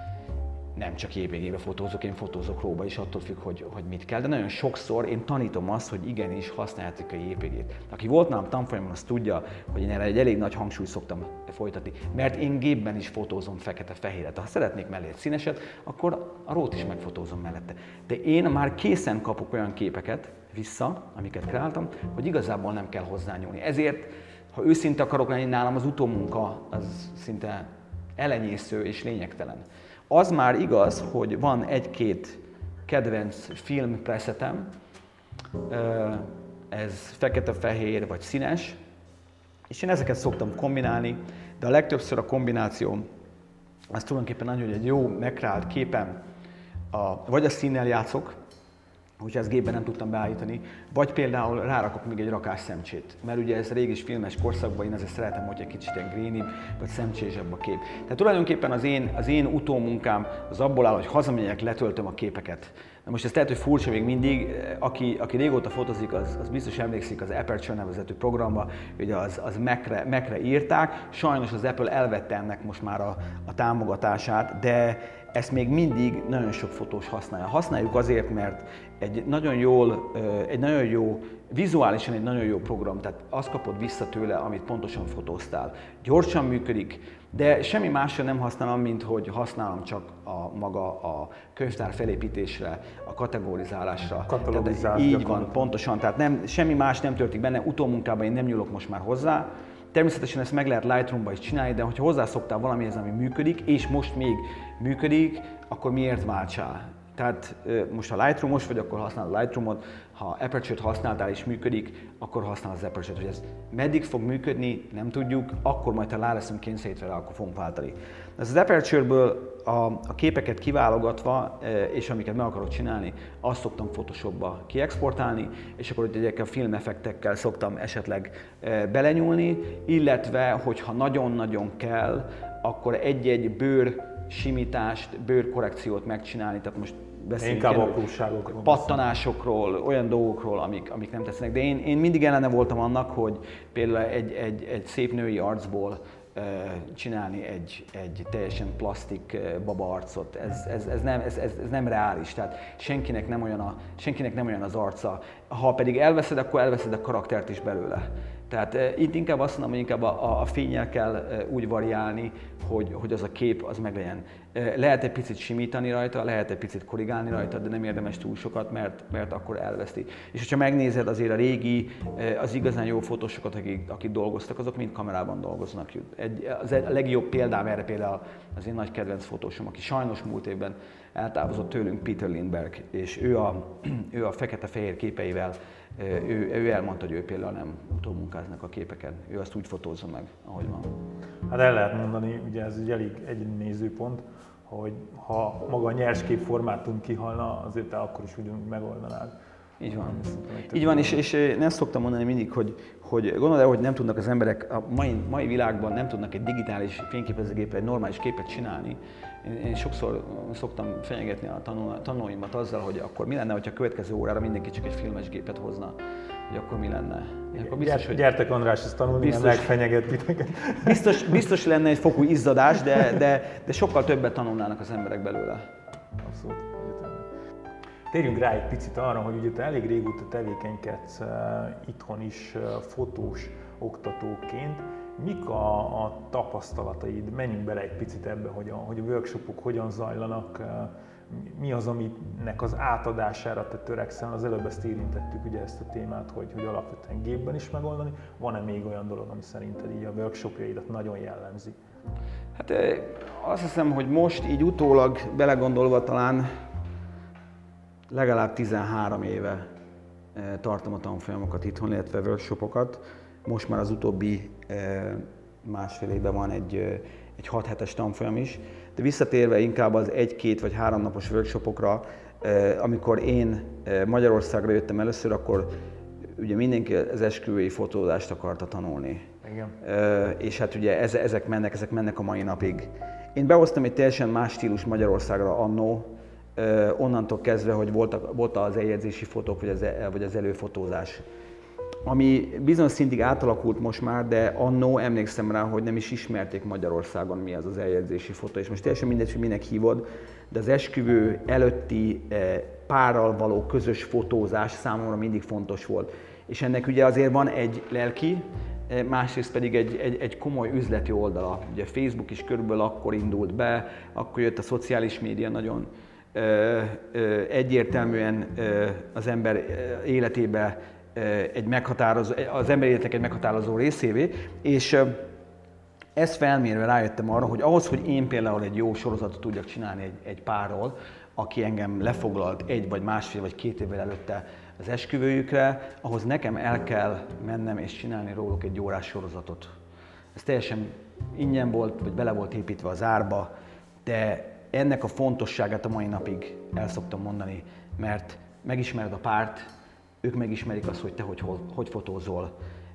Nem csak jé pé gé-be fotózok, én fotózok róba is, attól függ, hogy, hogy mit kell, de nagyon sokszor én tanítom azt, hogy igenis használjátok a jé pé gét. Aki volt nálam tanfolyamon, az tudja, hogy én erre egy elég nagy hangsúlyt szoktam folytatni, mert én gépben is fotózom fekete-fehéret. Ha szeretnék mellé egy színeset, akkor a rót is megfotózom mellette. De én már készen kapok olyan képeket vissza, amiket kreáltam, hogy igazából nem kell hozzányúlni. Ezért, ha őszinte akarok lenni, nálam az utómunka az szinte elenyésző és lényegtelen. Az már igaz, hogy van egy-két kedvenc filmpresetem, ez fekete-fehér vagy színes, és én ezeket szoktam kombinálni, de a legtöbbször a kombináció az tulajdonképpen annyi, hogy egy jó megkreált képen a, vagy a színnel játszok, hogyha ezt gépben nem tudtam beállítani, vagy például rárakok még egy rakás szemcsét. Mert ugye ez régis filmes korszakban én azért szeretem, hogy egy kicsit ilyen grénibb, vagy szemcsésebb a kép. Tehát tulajdonképpen az én, az én utómunkám az abból áll, hogy hazamegyek, letöltöm a képeket. Na most ez lehet, hogy furcsa még mindig, aki, aki régóta fotózik, az, az biztos emlékszik az Aperture nevezetű programba, hogy az, az Mac-re, Mac-re írták. Sajnos az Apple elvette ennek most már a, a támogatását, de ezt még mindig nagyon sok fotós használja. Használjuk azért, mert egy nagyon, jól, egy nagyon jó, vizuálisan egy nagyon jó program, tehát azt kapod vissza tőle, amit pontosan fotóztál. Gyorsan működik, de semmi másra nem használom, mint hogy használom csak a maga a könyvtár felépítésre, a kategorizálásra. Tehát így van, pontosan, tehát nem, semmi más nem történik benne, utómunkában én nem nyúlok most már hozzá. Természetesen ezt meg lehet Lightroom-ba is csinálni, de ha hozzászoktál valamihez, ami működik, és most még működik, akkor miért váltsál? Tehát most ha Lightroom-os vagy, akkor használod a Lightroom-ot, ha Aperture-t használtál és működik, akkor használod az Aperture-t. Hogy ez meddig fog működni, nem tudjuk, akkor majd ha rá leszünk kényszerítve rá, akkor fogunk váltani. Ez az Aperture-ből a, a képeket kiválogatva, és amiket meg akarok csinálni, azt szoktam Photoshopba kiexportálni, és akkor ezekkel a filmeffektekkel szoktam esetleg belenyúlni, illetve hogyha nagyon-nagyon kell, akkor egy-egy bőr simítást, bőrkorrekciót megcsinálni, tehát most beszélünk inkább apróságokról, pattanásokról, olyan dolgokról, amik, amik nem tetszenek. De én, én mindig ellene voltam annak, hogy például egy, egy, egy szép női arcból csinálni egy, egy teljesen plastik baba arcot. Ez, ez, ez, nem, ez, ez, ez nem reális, tehát senkinek nem, olyan a, senkinek nem olyan az arca. Ha pedig elveszed, akkor elveszed a karaktert is belőle. Tehát itt inkább azt mondom, hogy inkább a, a fénnyel kell úgy variálni, hogy, hogy az a kép az meg legyen. Lehet egy picit simítani rajta, lehet egy picit korrigálni rajta, de nem érdemes túl sokat, mert, mert akkor elveszti. És hogyha megnézed azért a régi, az igazán jó fotósokat, akik, akik dolgoztak, azok mind kamerában dolgoznak. Egy, az a legjobb példám erre például az én nagy kedvenc fotósom, aki sajnos múlt évben eltávozott tőlünk, Peter Lindbergh, és ő a, ő a fekete-fehér képeivel, ő, ő elmondta, hogy ő például nem utómunkáznak a képeken, ő azt úgy fotózza meg, ahogy van. Hát el lehet mondani, ugye ez egy elég egyedi nézőpont, hogy ha maga a nyerskép formátum kihalna, azért te akkor is ugyanúgy megoldanád. Így van. Így van, és, és én ezt szoktam mondani mindig, hogy, hogy gondolod el, hogy nem tudnak az emberek a mai, mai világban nem tudnak egy digitális fényképezőgéppel egy normális képet csinálni. Én, én sokszor szoktam fenyegetni a tanul, tanulóimat azzal, hogy akkor mi lenne, hogyha a következő órára mindenki csak egy filmes gépet hozna, hogy akkor mi lenne. Akkor biztos, hogy gyertek András, ezt tanulni, biztos, nem megfenyeget titeket. Biztos, biztos lenne egy fokú izzadás, de, de, de sokkal többet tanulnának az emberek belőle. Abszolút. Térjünk rá egy picit arra, hogy ugye te elég régóta tevékenykedsz uh, itthon is uh, fotós oktatóként. Mik a, a tapasztalataid? Menjünk bele egy picit ebbe, hogy a, hogy a workshopok hogyan zajlanak, uh, mi az, aminek az átadására te törekszel. Az előbb ezt érintettük, ugye ezt a témát, hogy, hogy alapvetően gépben is megoldani. Van-e még olyan dolog, ami szerinted így a workshopjaidat nagyon jellemzi? Hát azt hiszem, hogy most így utólag belegondolva talán legalább tizenhárom éve tartom a tanfolyamokat itthon, illetve workshopokat. Most már az utóbbi másfél évben van egy, egy hat hetes tanfolyam is. De visszatérve inkább az egy-két vagy három napos workshopokra, amikor én Magyarországra jöttem először, akkor ugye mindenki az esküvői fotózást akarta tanulni. Igen. És hát ugye ezek mennek, ezek mennek a mai napig. Én behoztam egy teljesen más stílus Magyarországra annó, onnantól kezdve, hogy voltak, volt az eljegyzési fotók, vagy az, vagy az előfotózás. Ami bizonyos szintig átalakult most már, de annó emlékszem rá, hogy nem is ismerték Magyarországon, mi az az eljegyzési fotó. És most teljesen mindegy, hogy minek hívod, de az esküvő előtti párral való közös fotózás számomra mindig fontos volt. És ennek ugye azért van egy lelki, másrészt pedig egy, egy, egy komoly üzleti oldala. Ugye Facebook is körülbelül akkor indult be, akkor jött a szociális média nagyon ö, ö, egyértelműen ö, az ember életébe egy meghatározó, az ember életnek egy meghatározó részévé, és ezt felmérve rájöttem arra, hogy ahhoz, hogy én például egy jó sorozatot tudjak csinálni egy, egy párról, aki engem lefoglalt egy vagy másfél vagy két évvel előtte az esküvőjükre, ahhoz nekem el kell mennem és csinálni róluk egy órás sorozatot. Ez teljesen ingyen volt, vagy bele volt építve az árba, de ennek a fontosságát a mai napig el szoktam mondani, mert megismered a párt, ők megismerik azt, hogy te hogy, hogy, hogy fotózol.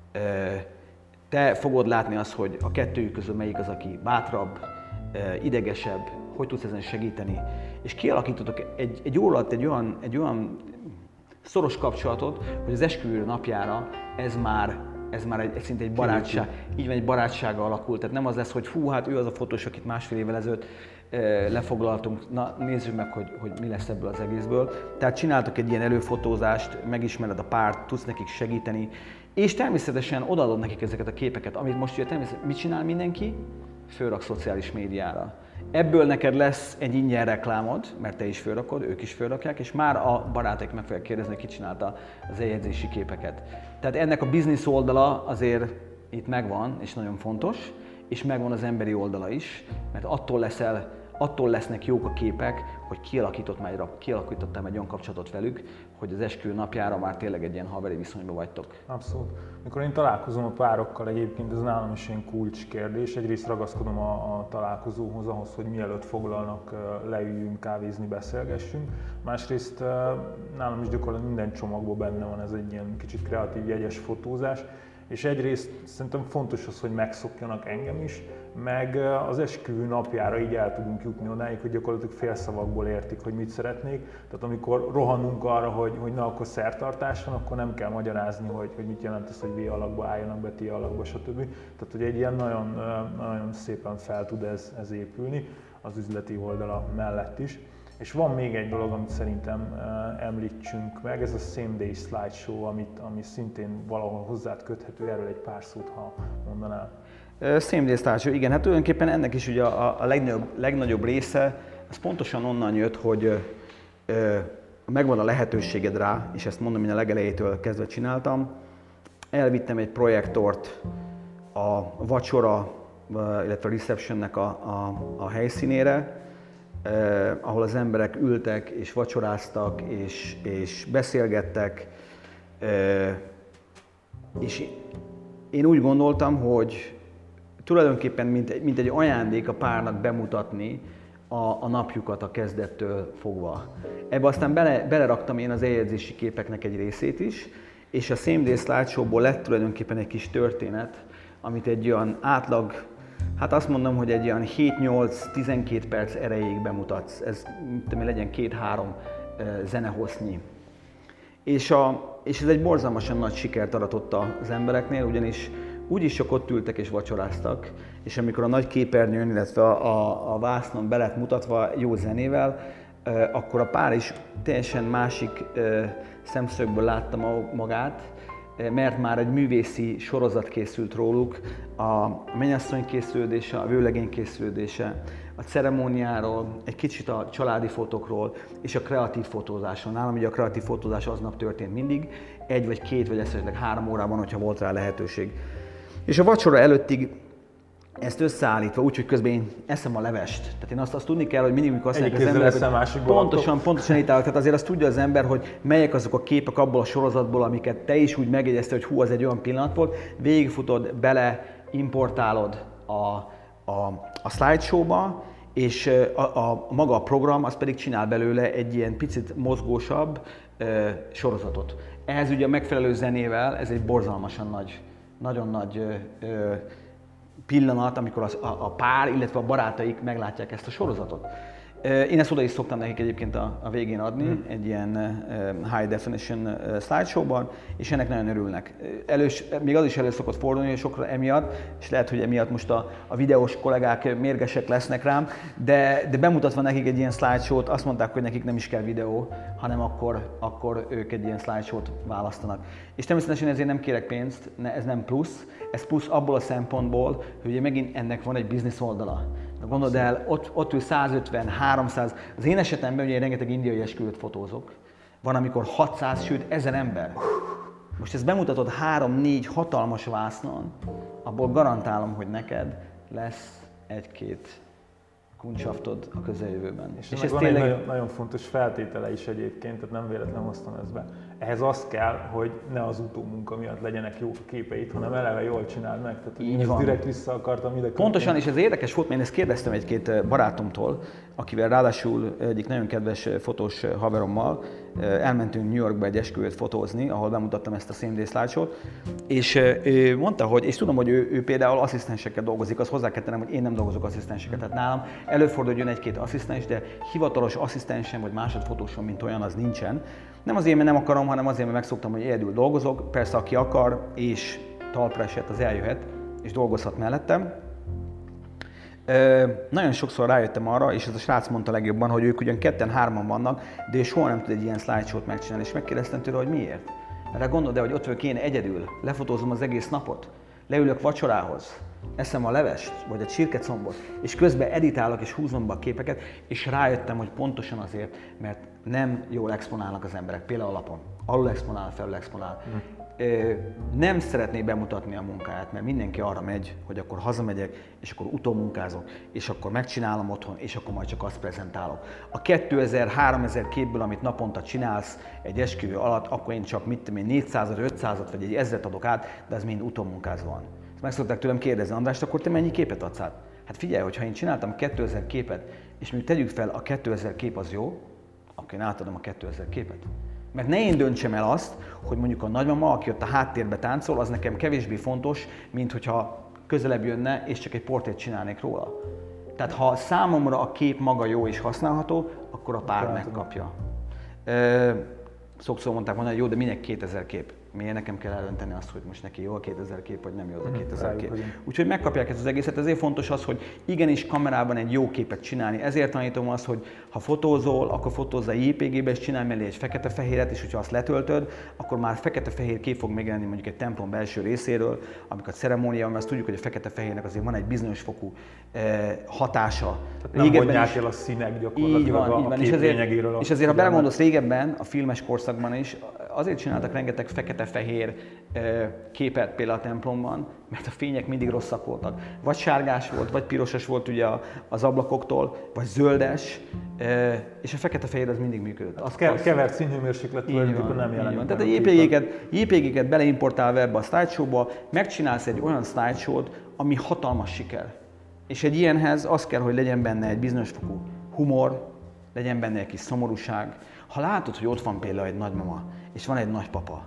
Te fogod látni azt, hogy a kettőjük közül melyik az, aki bátrabb, idegesebb, hogy tudsz ezen segíteni. És kialakítottak egy, egy óra alatt egy olyan, egy olyan szoros kapcsolatot, hogy az esküvő napjára ez már, ez már egy, egy szinte egy barátság, így van, egy barátsága alakult. Tehát nem az lesz, hogy hú, hát ő az a fotós, akit másfél évvel ezelőtt lefoglaltunk, na nézzük meg, hogy, hogy mi lesz ebből az egészből. Tehát csináltak egy ilyen előfotózást, megismered a párt, tudsz nekik segíteni, és természetesen odaadod nekik ezeket a képeket, amit most ugye természetesen mit csinál mindenki? Fölrak szociális médiára. Ebből neked lesz egy ingyen reklámod, mert te is fölrakod, ők is fölrakják, és már a barátaik meg fogják kérdezni, hogy ki csinálta az eljegyzési képeket. Tehát ennek a biznisz oldala azért itt megvan, és nagyon fontos, és megvan az emberi oldala is, mert attól leszel, attól lesznek jók a képek, hogy kialakított már, kialakítottam egy olyan kapcsolatot velük, hogy az esküvő napjára már tényleg egy ilyen haveri viszonyban vagytok. Abszolút. Mikor én találkozom a párokkal, egyébként ez nálam is ilyen kulcskérdés. Egyrészt ragaszkodom a, a találkozóhoz, ahhoz, hogy mielőtt foglalnak, leüljünk, kávézni, beszélgessünk. Másrészt nálam is gyakorlatilag minden csomagban benne van ez egy ilyen kicsit kreatív, jegyes fotózás. És egyrészt szerintem fontos az, hogy megszokjanak engem is, meg az esküvő napjára így el tudunk jutni odáig, hogy gyakorlatilag félszavakból értik, hogy mit szeretnék. Tehát amikor rohanunk arra, hogy, hogy na, akkor szertartás van, akkor nem kell magyarázni, hogy, hogy mit jelent az, hogy V alakba álljanak be, T alakba, stb. Tehát, hogy egy ilyen nagyon, nagyon szépen fel tud ez, ez épülni az üzleti oldala mellett is. És van még egy dolog, amit szerintem uh, említsünk meg, ez a Same Day Slideshow, amit, ami szintén valahol hozzád köthető, erről egy pár szót, ha mondanál. Uh, Same Day Slideshow, igen, hát tulajdonképpen ennek is ugye a, a legnagyobb, legnagyobb része, az pontosan onnan jött, hogy uh, uh, megvan a lehetőséged rá, és ezt mondom, én a legelejétől kezdve csináltam. Elvittem egy projektort a vacsora, uh, illetve a receptionnek a, a, a helyszínére, Uh, ahol az emberek ültek és vacsoráztak és, és beszélgettek, uh, és én úgy gondoltam, hogy tulajdonképpen mint, mint egy ajándék a párnak bemutatni a, a napjukat a kezdettől fogva. Ebbe aztán bele, beleraktam én az eljegyzési képeknek egy részét is, és a Same Day Slideshow-ból lett tulajdonképpen egy kis történet, amit egy olyan átlag, hát azt mondom, hogy egy olyan hét-nyolc-tizenkét perc erejéig bemutatsz. Ez tudom, legyen két-három zenehossznyi. És, a, és ez egy borzalmasan nagy sikert aratott az embereknél, ugyanis úgyis csak ott ültek és vacsoráztak, és amikor a nagy képernyőn, illetve a, a, a vásznon be lett mutatva jó zenével, akkor a pár is teljesen másik szemszögből látta magát, mert már egy művészi sorozat készült róluk, a mennyasszony készülődése, a vőlegény készülődése, a ceremóniáról, egy kicsit a családi fotókról és a kreatív fotózáson. Nálam ugye a kreatív fotózás aznap történt mindig, egy vagy két vagy esetleg három órában, hogyha volt rá lehetőség. És a vacsora előttig ezt összeállítva, úgyhogy közben én eszem a levest. Tehát én azt, azt tudni kell, hogy mindig, amikor azt mondják az ember, hogy pontosan, pontosan itt állok. Tehát azért azt tudja az ember, hogy melyek azok a képek abból a sorozatból, amiket te is úgy megjegyeztél, hogy hú, az egy olyan pillanat volt, végigfutod, bele importálod a, a, a slideshow-ba, és a, a, maga a program az pedig csinál belőle egy ilyen picit mozgósabb ö, sorozatot. Ehhez ugye a megfelelő zenével, ez egy borzalmasan nagy, nagyon nagy ö, ö, pillanat, amikor az, a, a pár, illetve a barátaik meglátják ezt a sorozatot. Én ezt oda is szoktam nekik egyébként a, a végén adni, hmm. egy ilyen uh, high definition uh, slideshow-ban, és ennek nagyon örülnek. Elős, még az is elő szokott fordulni, hogy sokra emiatt, és lehet, hogy emiatt most a, a videós kollégák mérgesek lesznek rám, de, de bemutatva nekik egy ilyen slideshow-t, azt mondták, hogy nekik nem is kell videó, hanem akkor, akkor ők egy ilyen slideshow-t választanak. És természetesen ezért nem kérek pénzt, ne, ez nem plusz, ez plusz abból a szempontból, hogy ugye megint ennek van egy business oldala. Gondold el, ott, ott ül százötven, háromszáz, az én esetemben ugye rengeteg indiai esküvőt fotózok, van amikor hatszáz, sőt ezer ember. Most ezt bemutatod három-négy hatalmas vásznon, abból garantálom, hogy neked lesz egy-két kuncshaftod a közeljövőben. És, és ez van tényleg... egy nagyon, nagyon fontos feltétele is egyébként, tehát nem véletlenül hoztam ezt be. Ehhez az kell, hogy ne az utómunka miatt legyenek jók a képeid, hanem eleve jól csináld meg. Tehát én ezt direkt vissza akartam ide. Pontosan, és ez érdekes volt, mert én ezt kérdeztem egy-két barátomtól, akivel ráadásul egyik nagyon kedves fotós haverommal elmentünk New Yorkba egy esküvőt fotózni, ahol bemutattam ezt a Same Day Slideshow-t, és ő mondta, hogy, és tudom, hogy ő, ő például asszisztensekkel dolgozik, az hozzá kell tennem, hogy én nem dolgozok asszisztensekkel, tehát nálam előfordul, hogy jön egy-két asszisztens, de hivatalos asszisztensem vagy másodfotósom, mint olyan, az nincsen. Nem azért, mert nem akarom, hanem azért, mert megszoktam, hogy egyedül dolgozok. Persze, aki akar és talpra esett, az eljöhet és dolgozhat mellettem. Ö, nagyon sokszor rájöttem arra, és ez a srác mondta legjobban, hogy ők ugyan ketten-hárman vannak, de ő soha nem tud egy ilyen slideshow-t megcsinálni, és megkérdeztem tőle, hogy miért. Mert gondold el, hogy ott vagyok én egyedül, lefotózom az egész napot, leülök vacsorához, eszem a levest, vagy a csirkecombot, és közben editálok és húzom be a képeket, és rájöttem, hogy pontosan azért, mert nem jól exponálnak az emberek, például a lapon. Alul exponál, felül exponál. Mm. Nem szeretné bemutatni a munkáját, mert mindenki arra megy, hogy akkor hazamegyek, és akkor utómunkázok, és akkor megcsinálom otthon, és akkor majd csak azt prezentálok. A kétezer-háromezer képből, amit naponta csinálsz egy esküvő alatt, akkor én csak mit tudom én, négyszázat, ötszázat vagy egy ezret adok át, de az mind utómunkázva van. Meg szokták tőlem kérdezni, András, akkor te mennyi képet adsz át? Hát figyelj, hogyha én csináltam kétezer képet, és még tegyük fel, a kétezer kép az jó, akkor én átadom a kétezer képet. Mert ne én döntsem el azt, hogy mondjuk a nagymama, aki ott a háttérbe táncol, az nekem kevésbé fontos, mint hogyha közelebb jönne és csak egy portrét csinálnék róla. Tehát ha számomra a kép maga jó és használható, akkor a pár megkapja. Sokszor mondták mondani, hogy jó, de minek kétezer kép? Miért nekem kell eldönteni azt, hogy most neki jó a kétezer kép, vagy nem jó a kétezer kép. Úgyhogy megkapják ezt az egészet, ezért fontos az, hogy igenis kamerában egy jó képet csinálni. Ezért tanítom azt, hogy ha fotózol, akkor fotózzál jé pé gé-be, és csinálj mellé egy fekete-fehéret, és hogyha azt letöltöd, akkor már fekete-fehér kép fog megjelenni mondjuk egy templom belső részéről, amikor a ceremónia, mert azt tudjuk, hogy a fekete-fehérnek azért van egy bizonyos fokú eh, hatása. Tehát nem mondják el a színek gyakorlatilag így van, a, így van. a És azért, és azért, ha belegondolsz, régebben, a filmes korszakban is, azért csináltak rengeteg fekete-fehér képet például a templomban, mert a fények mindig rosszak voltak. Vagy sárgás volt, vagy pirosas volt ugye az ablakoktól, vagy zöldes, és a fekete-fehér az mindig működött. Az Ke- kevert színhőmérséklet tulajdonképpen nem jelenik. Tehát a jé pé gé-ket, jé pé gé-ket beleimportálva ebbe a slideshow-ba, megcsinálsz egy olyan slideshow-t, ami hatalmas siker. És egy ilyenhez az kell, hogy legyen benne egy bizonyos fokú humor, legyen benne egy kis szomorúság. Ha látod, hogy ott van például egy nagymama, és van egy nagypapa,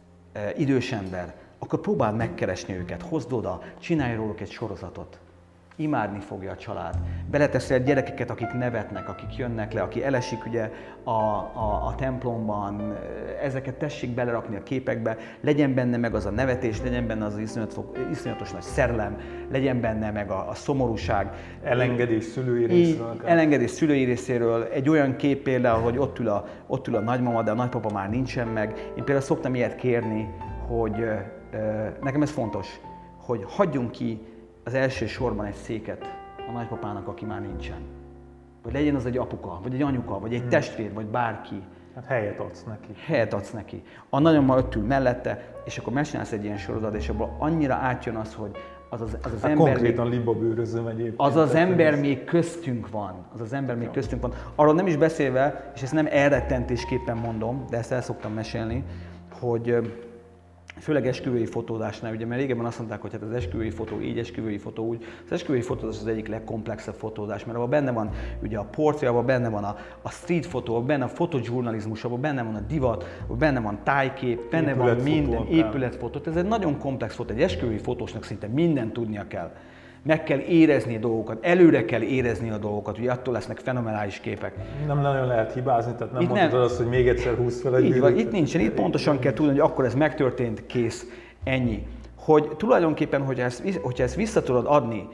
idős ember, akkor próbáld megkeresni őket, hozd oda, csinálj róluk egy sorozatot. Imádni fogja a család. Beleteszi a gyerekeket, akik nevetnek, akik jönnek le, aki elesik ugye a, a, a templomban, ezeket tessék belerakni a képekbe, legyen benne meg az a nevetés, legyen benne az iszonyatos nagy szerelem, legyen benne meg a, a szomorúság. Elengedés szülői részéről. Elengedés szülői részéről. Egy olyan kép például, hogy ott ül, a, ott ül a nagymama, de a nagypapa már nincsen meg. Én például szoktam ilyet kérni, hogy nekem ez fontos, hogy hagyjunk ki az első sorban egy széket a nagypapának, aki már nincsen. Vagy legyen az egy apuka, vagy egy anyuka, vagy egy hmm. testvér, vagy bárki. Hát helyet adsz neki. Helyet adsz neki. A nagymama ott ül mellette, és akkor megcsinálsz egy ilyen sorozat, és abból annyira átjön az, hogy az az, az, az hát ember... Konkrétan libabőrözöm egyébként. Az az ember még köztünk van. Az az ember még köztünk van. Arról nem is beszélve, és ezt nem elrettentésképpen mondom, de ezt el szoktam mesélni, hogy főleg esküvői fotózásnál, ugye, mert régebben azt mondták, hogy hát az esküvői fotó így, esküvői fotó úgy. Az esküvői fotózás az egyik legkomplexebb fotózás, mert abban benne van ugye a portré, abban benne van a, a street fotó, abban benne a fotojournalizmus, abban benne van a divat, abban benne van tájkép, benne van minden, épületfotó. Ez egy nagyon komplex fotó, egy esküvői fotósnak szinte mindent tudnia kell. Meg kell érezni a dolgokat, előre kell érezni a dolgokat, ugye attól lesznek fenomenális képek. Nem nagyon lehet hibázni, tehát nem itt mondhatod nem. azt, hogy még egyszer húsz fel egy Így van, itt nincsen, itt pontosan kell tudni, hogy akkor ez megtörtént, kész, ennyi. Hogy tulajdonképpen, hogyha ezt, hogyha ezt vissza tudod adni,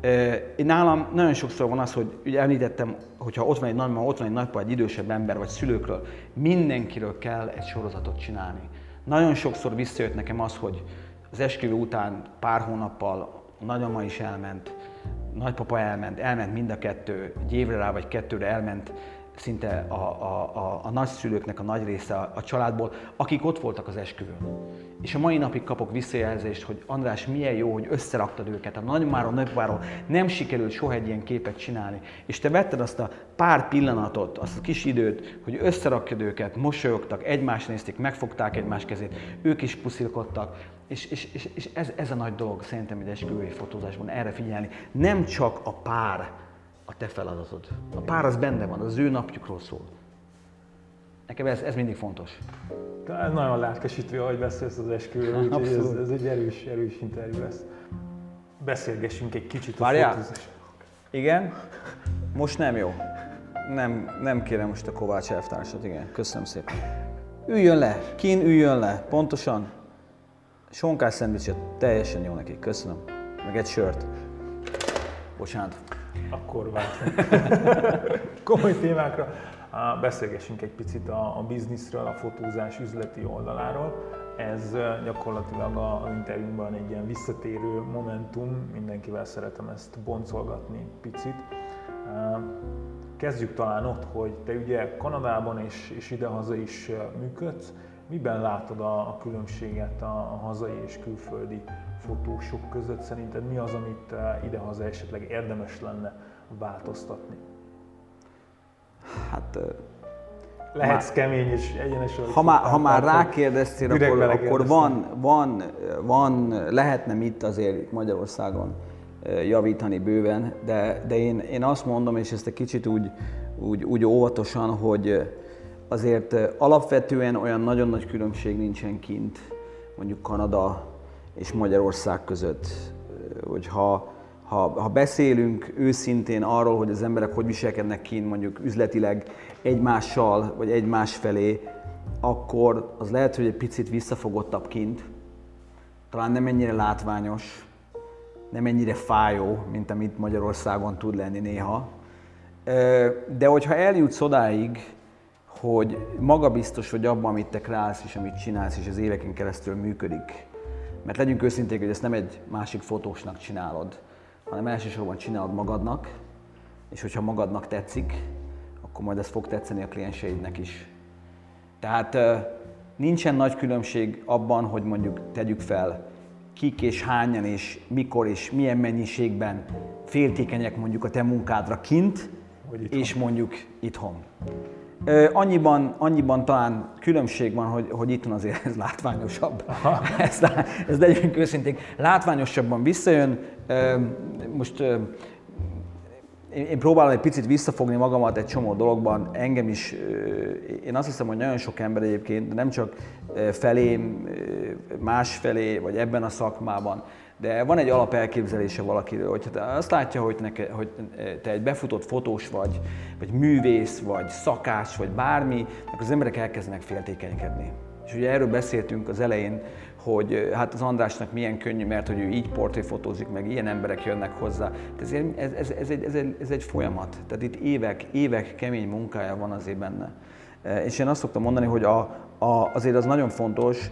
nálam nagyon sokszor van az, hogy ugye említettem, hogyha ott van egy nagymama, ott van egy nagypapa, egy idősebb ember, vagy szülőkről, mindenkiről kell egy sorozatot csinálni. Nagyon sokszor visszajött nekem az, hogy az esküvő után pár hónappal a nagymama is elment, nagypapa elment, elment mind a kettő, egy évre rá vagy kettőre elment szinte a, a, a, a nagyszülőknek a nagy része a, a családból, akik ott voltak az esküvőn. És a mai napig kapok visszajelzést, hogy András, milyen jó, hogy összeraktad őket. A nagymamáról, nagypapáról nem sikerült soha egy ilyen képet csinálni. És te vetted azt a pár pillanatot, azt a kis időt, hogy összerakjad őket, mosolyogtak, egymást nézték, megfogták egymás kezét, ők is puszilkodtak. És, és, és, és ez, ez a nagy dolog szerintem egy esküvői fotózásban, erre figyelni. Nem csak a pár a te feladatod. A pár az benne van, az ő napjukról szól. Nekem ez, ez mindig fontos. Ez nagyon lelkesítő, ahogy beszélsz az esküvőről, úgyhogy ez, ez egy erős, erős interjú lesz. Beszélgessünk egy kicsit a fotózásról. Igen? Most nem jó. Nem, nem kérem most a Kovács elvtársat, igen. Köszönöm szépen. Üljön le, kín üljön le, pontosan. Sonkás szendvicset, teljesen jó neki, köszönöm. Meg egy sört. Bocsánat. Akkor váltunk. Komoly témákra. Beszélgessünk egy picit a, a bizniszről, a fotózás üzleti oldaláról. Ez gyakorlatilag az interjúnkban egy ilyen visszatérő momentum, mindenkivel szeretem ezt boncolgatni picit. Kezdjük talán ott, hogy te ugye Kanadában és, és idehaza is működsz. Miben látod a, a különbséget a, a hazai és külföldi fotósok között? Szerinted mi az, amit idehaza esetleg érdemes lenne változtatni? Hát... Lehetsz már, kemény és egyenes. Ha már, ha már rákérdeztél, akkor, akkor van, van, van, lehetne itt azért Magyarországon javítani bőven, de, de én, én azt mondom, és ezt egy kicsit úgy, úgy, úgy óvatosan, hogy azért alapvetően olyan nagyon nagy különbség nincsen kint, mondjuk Kanada és Magyarország között. Hogyha ha, ha beszélünk őszintén arról, hogy az emberek hogy viselkednek kint mondjuk üzletileg egymással vagy egymás felé, akkor az lehet, hogy egy picit visszafogottabb kint, talán nem ennyire látványos, nem ennyire fájó, mint amit Magyarországon tud lenni néha. De hogyha eljutsz odáig, hogy magabiztos vagy abban, amit te kreálsz és amit csinálsz, és az éveken keresztül működik. Mert legyünk őszinték, hogy ezt nem egy másik fotósnak csinálod, hanem elsősorban csinálod magadnak, és hogyha magadnak tetszik, akkor majd ez fog tetszeni a klienseidnek is. Tehát nincsen nagy különbség abban, hogy mondjuk tegyük fel, kik és hányan és mikor és milyen mennyiségben féltékenyek mondjuk a te munkádra kint, és mondjuk itthon. Annyiban, annyiban talán különbség van, hogy, hogy itthon azért ez látványosabb. Ez, ez legyünk őszinték, látványosabban visszajön. Most én próbálom egy picit visszafogni magamat egy csomó dologban, engem is, én azt hiszem, hogy nagyon sok ember egyébként, nem csak felém, más felé, vagy ebben a szakmában, de van egy alapelképzelése valakiről, hogy te azt látja, hogy, neke, hogy te egy befutott fotós vagy, vagy művész, vagy szakács, vagy bármi, akkor az emberek elkezdenek féltékenykedni. És ugye erről beszéltünk az elején, hogy hát az Andrásnak milyen könnyű, mert hogy ő így portréfotózik, meg ilyen emberek jönnek hozzá. Ez, ez, ez, ez, egy, ez, egy, ez egy folyamat. Tehát itt évek, évek kemény munkája van azért benne. És én azt szoktam mondani, hogy a, a, azért az nagyon fontos,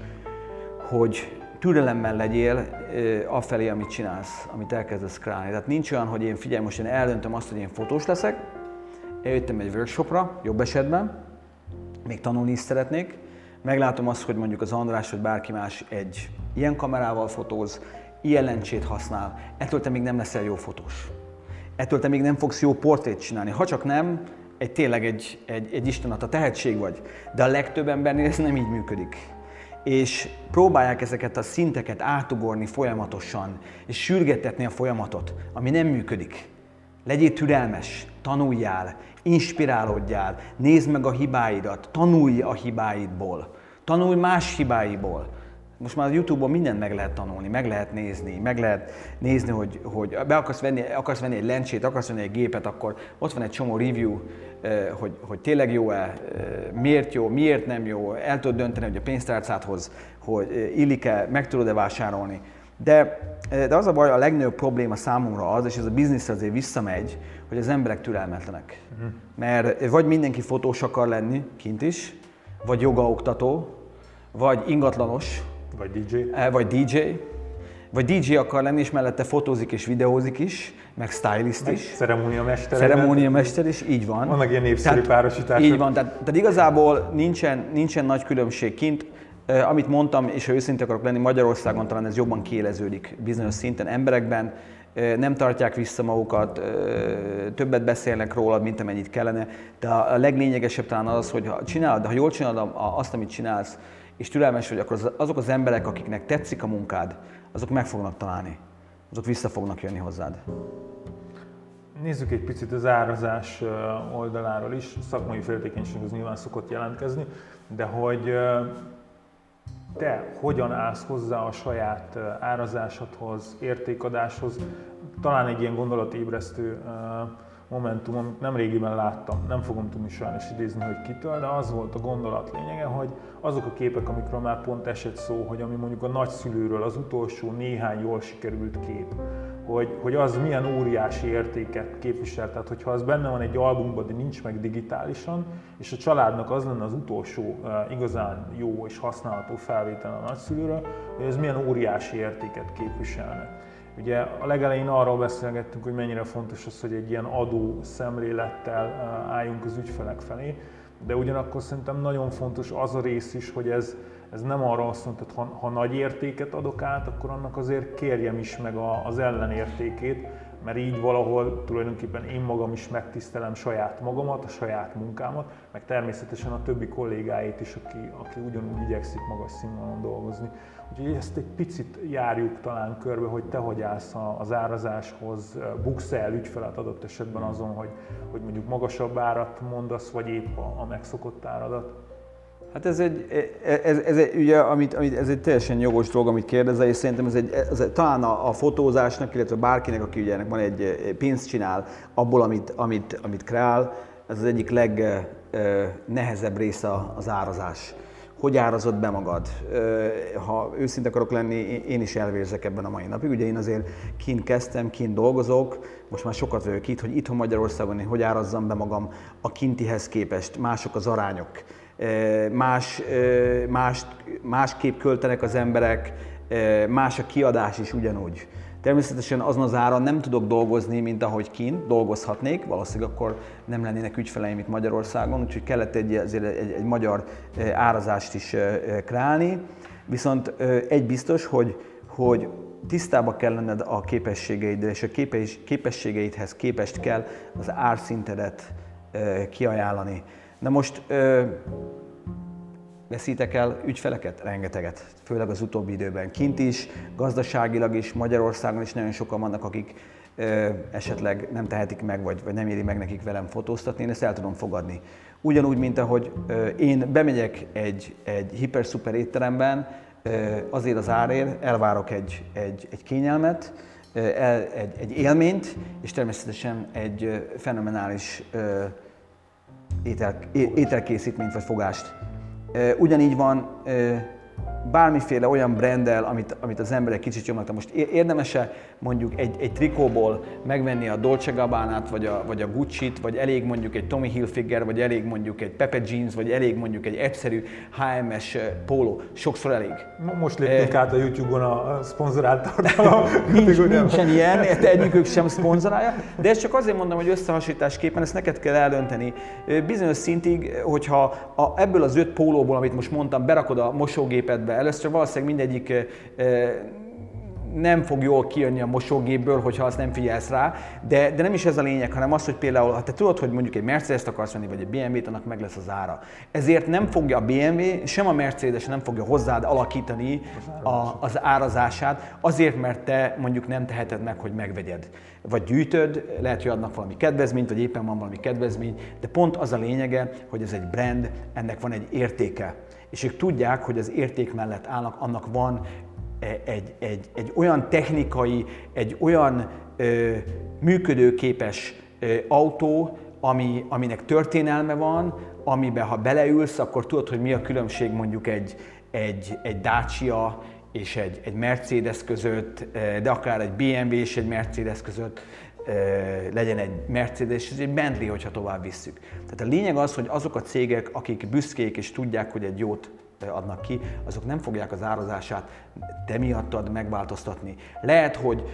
hogy türelemmel legyél afelé, amit csinálsz, amit elkezdesz kreálni. Tehát nincs olyan, hogy én figyelj, most én eldöntöm azt, hogy én fotós leszek, eljöttem egy workshopra, jobb esetben, még tanulni is szeretnék, meglátom azt, hogy mondjuk az András vagy bárki más egy ilyen kamerával fotóz, ilyen lencsét használ, ettől te még nem leszel jó fotós. Ettől te még nem fogsz jó portrét csinálni, ha csak nem, egy, tényleg egy, egy, egy istenadta tehetség vagy. De a legtöbb embernél ez nem így működik. És próbálják ezeket a szinteket átugorni folyamatosan, és sürgettetni a folyamatot, ami nem működik. Legyél türelmes, tanuljál, inspirálódjál, nézd meg a hibáidat, tanulj a hibáidból, tanulj más hibáiból. Most már a YouTube-on mindent meg lehet tanulni, meg lehet nézni, meg lehet nézni, hogy, hogy be akarsz venni, akarsz venni egy lencsét, akarsz venni egy gépet, akkor ott van egy csomó review, hogy, hogy tényleg jó-e, miért jó, miért nem jó, el tudod dönteni, hogy a pénztárcádhoz, hogy illik-e, meg tudod-e vásárolni. De, de az a baj, a legnagyobb probléma számomra az, és ez a bizniszre azért visszamegy, hogy az emberek türelmetlenek. Uh-huh. Mert vagy mindenki fotós akar lenni, kint is, vagy jogaoktató, vagy ingatlanos, vagy dé dzsé, vagy dé dzsé, vagy dé dzsé akar lenni, és mellette fotózik és videózik is, meg stylist is. Ceremóniamester. Ceremóniamester is, így van. Vannak ilyen népszerű párosítások. Így van, tehát, tehát igazából nincsen, nincsen nagy különbség kint. Uh, amit mondtam, és ha őszinte akarok lenni, Magyarországon talán ez jobban kiéleződik bizonyos szinten emberekben, uh, nem tartják vissza magukat, uh, többet beszélnek róla, mint amennyit kellene, de a leglényegesebb talán az, hogy ha csinálod, ha jól csinálod azt, amit csinálsz, és türelmes vagy, akkor azok az emberek, akiknek tetszik a munkád, azok meg fognak találni, azok vissza fognak jönni hozzád. Nézzük egy picit az árazás oldaláról is, szakmai féltékenység az nyilván szokott jelentkezni, de hogy te hogyan állsz hozzá a saját árazásodhoz, értékadáshoz? Talán egy ilyen gondolatébresztő momentum, amit nem régiben láttam, nem fogom tudni sajnos idézni, hogy kitől, de az volt a gondolat lényege, hogy azok a képek, amikről már pont esett szó, hogy ami mondjuk a nagyszülőről az utolsó néhány jól sikerült kép, hogy, hogy az milyen óriási értéket képvisel. Tehát, hogyha az benne van egy albumban, de nincs meg digitálisan, és a családnak az lenne az utolsó uh, igazán jó és használható felvétel a nagyszülőről, hogy ez milyen óriási értéket képviselne. Ugye a legelején arról beszélgettünk, hogy mennyire fontos az, hogy egy ilyen adó szemlélettel uh, álljunk az ügyfelek felé, de ugyanakkor szerintem nagyon fontos az a rész is, hogy ez ez nem arra azt mondta, hogy ha, ha nagy értéket adok át, akkor annak azért kérjem is meg a, az ellenértékét, mert így valahol tulajdonképpen én magam is megtisztelem saját magamat, a saját munkámat, meg természetesen a többi kollégáit is, aki, aki ugyanúgy igyekszik magas színvonalon dolgozni. Úgyhogy ezt egy picit járjuk talán körbe, hogy te hogy állsz az árazáshoz, buksz el ügyfelet adott esetben azon, hogy, hogy mondjuk magasabb árat mondasz, vagy épp a, a megszokott áradat. Hát ez egy, ez, ez egy, ugye, amit, amit, ez egy teljesen jogos dolog, amit kérdezel, és szerintem ez egy, ez talán a, a fotózásnak, illetve bárkinek, aki ugye ennek van egy pénzt csinál abból, amit, amit, amit kreál, ez az egyik legnehezebb része az árazás. Hogy árazod be magad? Ha őszinte akarok lenni, én is elvérzek ebben a mai napig. Ugye én azért kint kezdtem, kint dolgozok, most már sokat vagyok itt, hogy itthon Magyarországon én hogy árazzam be magam a kintihez képest, mások az arányok. Más, más, másképp költenek az emberek, más a kiadás is ugyanúgy. Természetesen azon az áron nem tudok dolgozni, mint ahogy kint dolgozhatnék, valószínűleg akkor nem lennének ügyfeleim itt Magyarországon, úgyhogy kellett egy, azért egy, egy magyar árazást is kreálni. Viszont egy biztos, hogy, hogy tisztába kell lenned a képességeiddel, és a képes, képességeidhez képest kell az árszintedet kiajánlani. Na most veszítek el ügyfeleket? Rengeteget, főleg az utóbbi időben. Kint is, gazdaságilag is, Magyarországon is nagyon sokan vannak, akik ö, esetleg nem tehetik meg, vagy, vagy nem éri meg nekik velem fotóztatni, én ezt el tudom fogadni. Ugyanúgy, mint ahogy ö, én bemegyek egy, egy hiper-szuper étteremben, ö, azért az árért elvárok egy, egy, egy kényelmet, ö, el, egy, egy élményt, és természetesen egy ö, fenomenális ö, étel, ételkészítményt vagy fogást. Ugyanígy van bármiféle olyan branddel, amit, amit az emberek kicsit nyomnak. Most érdemes-e mondjuk egy, egy trikóból megvenni a Dolce Gabbánát, vagy a, vagy a Gucci-t, vagy elég mondjuk egy Tommy Hilfiger, vagy elég mondjuk egy Pepe Jeans, vagy elég mondjuk egy egyszerű há em es póló. Sokszor elég. Most léptünk e... át a YouTube-on a szponzorált tartalom. Nincs, nincsen ilyen, egyikük sem szponzorálja, de ezt csak azért mondom, hogy összehasonlításképpen ezt neked kell eldönteni. Bizonyos szintig, hogyha a, ebből az öt pólóból, amit most mondtam, berakod a mosógépedbe, először valószínűleg mindegyik nem fog jól kijönni a mosógépből, hogyha azt nem figyelsz rá, de, de nem is ez a lényeg, hanem az, hogy például, ha te tudod, hogy mondjuk egy Mercedes-t akarsz venni, vagy egy bé em vé-t, annak meg lesz az ára. Ezért nem fogja a bé em vé, sem a Mercedes nem fogja hozzád alakítani a, az árazását, azért, mert te mondjuk nem teheted meg, hogy megvegyed. Vagy gyűjtöd, lehet, hogy adnak valami kedvezményt, vagy éppen van valami kedvezmény, de pont az a lényege, hogy ez egy brand, ennek van egy értéke. És ők tudják, hogy az érték mellett állnak, annak van egy, egy, egy olyan technikai, egy olyan ö, működőképes ö, autó, ami, aminek történelme van, amiben ha beleülsz, akkor tudod, hogy mi a különbség mondjuk egy, egy, egy Dacia és egy, egy Mercedes között, de akár egy bé em vé és egy Mercedes között, legyen egy Mercedes és egy Bentley, hogyha tovább visszük. Tehát a lényeg az, hogy azok a cégek, akik büszkék és tudják, hogy egy jót adnak ki, azok nem fogják az árazását te miattad megváltoztatni. Lehet, hogy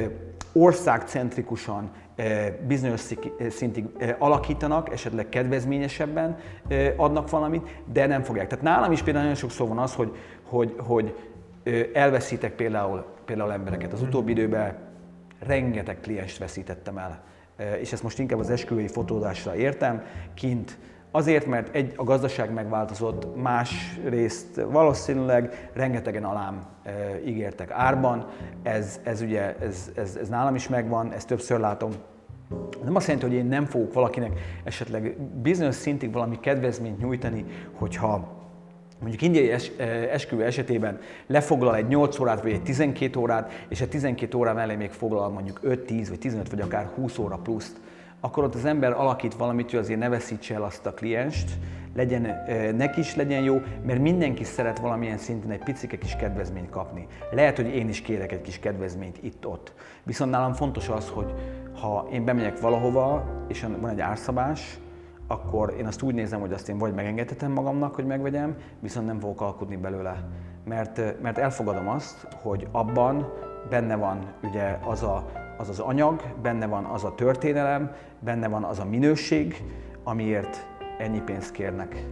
országcentrikusan bizonyos szintig alakítanak, esetleg kedvezményesebben adnak valamit, de nem fogják. Tehát nálam is például nagyon sokszor van az, hogy, hogy, hogy elveszítek például, például embereket. Az utóbbi időben rengeteg klienst veszítettem el, és ezt most inkább az esküvői fotózásra értem, kint. Azért, mert egy, a gazdaság megváltozott, másrészt valószínűleg rengetegen alám e, ígértek árban, ez, ez ugye, ez, ez, ez nálam is megvan, ezt többször látom. Nem azt jelenti, hogy én nem fogok valakinek esetleg bizonyos szintig valami kedvezményt nyújtani, hogyha mondjuk indiai es, esküvő esetében lefoglal egy nyolc órát vagy egy tizenkét órát, és a tizenkét órá mellé még foglal mondjuk öt, tíz vagy tizenöt vagy akár húsz óra pluszt, akkor ott az ember alakít valamit, hogy azért ne veszítse el azt a klienst, legyen, neki is legyen jó, mert mindenki szeret valamilyen szinten egy picike kis kedvezményt kapni. Lehet, hogy én is kérek egy kis kedvezményt itt-ott. Viszont nálam fontos az, hogy ha én bemegyek valahova, és van egy árszabás, akkor én azt úgy nézem, hogy azt én vagy megengedhetem magamnak, hogy megvegyem, viszont nem fogok alkudni belőle. Mert, mert elfogadom azt, hogy abban benne van ugye az a az az anyag, benne van az a történelem, benne van az a minőség, amiért ennyi pénzt kérnek.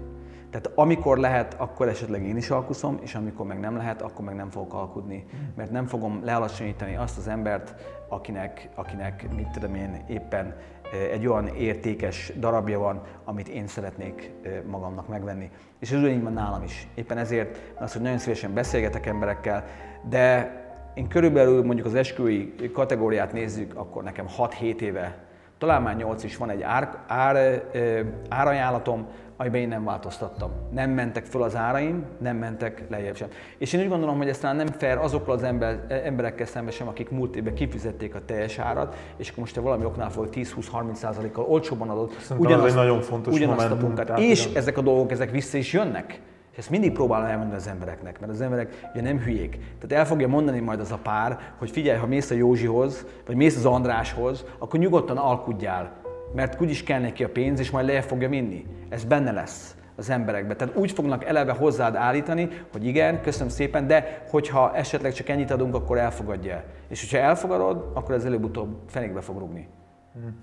Tehát amikor lehet, akkor esetleg én is alkuszom, és amikor meg nem lehet, akkor meg nem fogok alkudni. Mert nem fogom lealacsonyítani azt az embert, akinek, akinek mit tudom én, éppen egy olyan értékes darabja van, amit én szeretnék magamnak megvenni. És ez ugyanígy van nálam is. Éppen ezért az, hogy nagyon szívesen beszélgetek emberekkel, de én körülbelül mondjuk az esküvői kategóriát nézzük, akkor nekem hat-hét éve, talán már nyolc is van egy ár, ár, árajánlatom, amiben én nem változtattam. Nem mentek föl az áraim, nem mentek lejjebb sem. És én úgy gondolom, hogy ez talán nem fair azokkal az ember, emberekkel szemben sem, akik múlt évben kifizették a teljes árat, és akkor most te valami oknál fogod tíz-húsz-harminc százalékkal olcsóban adod ugyanazt, egy nagyon fontos ugyanazt a munkát. És ugyan. Ezek a dolgok, ezek vissza is jönnek. És ezt mindig próbálom elmondani az embereknek, mert az emberek ugye nem hülyék. Tehát el fogja mondani majd az a pár, hogy figyelj, ha mész a Józsihoz, vagy mész az Andráshoz, akkor nyugodtan alkudjál, mert úgyis kell neki a pénz, és majd le fogja vinni. Ez benne lesz az emberekben. Tehát úgy fognak eleve hozzád állítani, hogy igen, köszönöm szépen, de hogyha esetleg csak ennyit adunk, akkor elfogadja el. És hogyha elfogadod, akkor ez előbb-utóbb fenékbe fog rúgni. Hmm.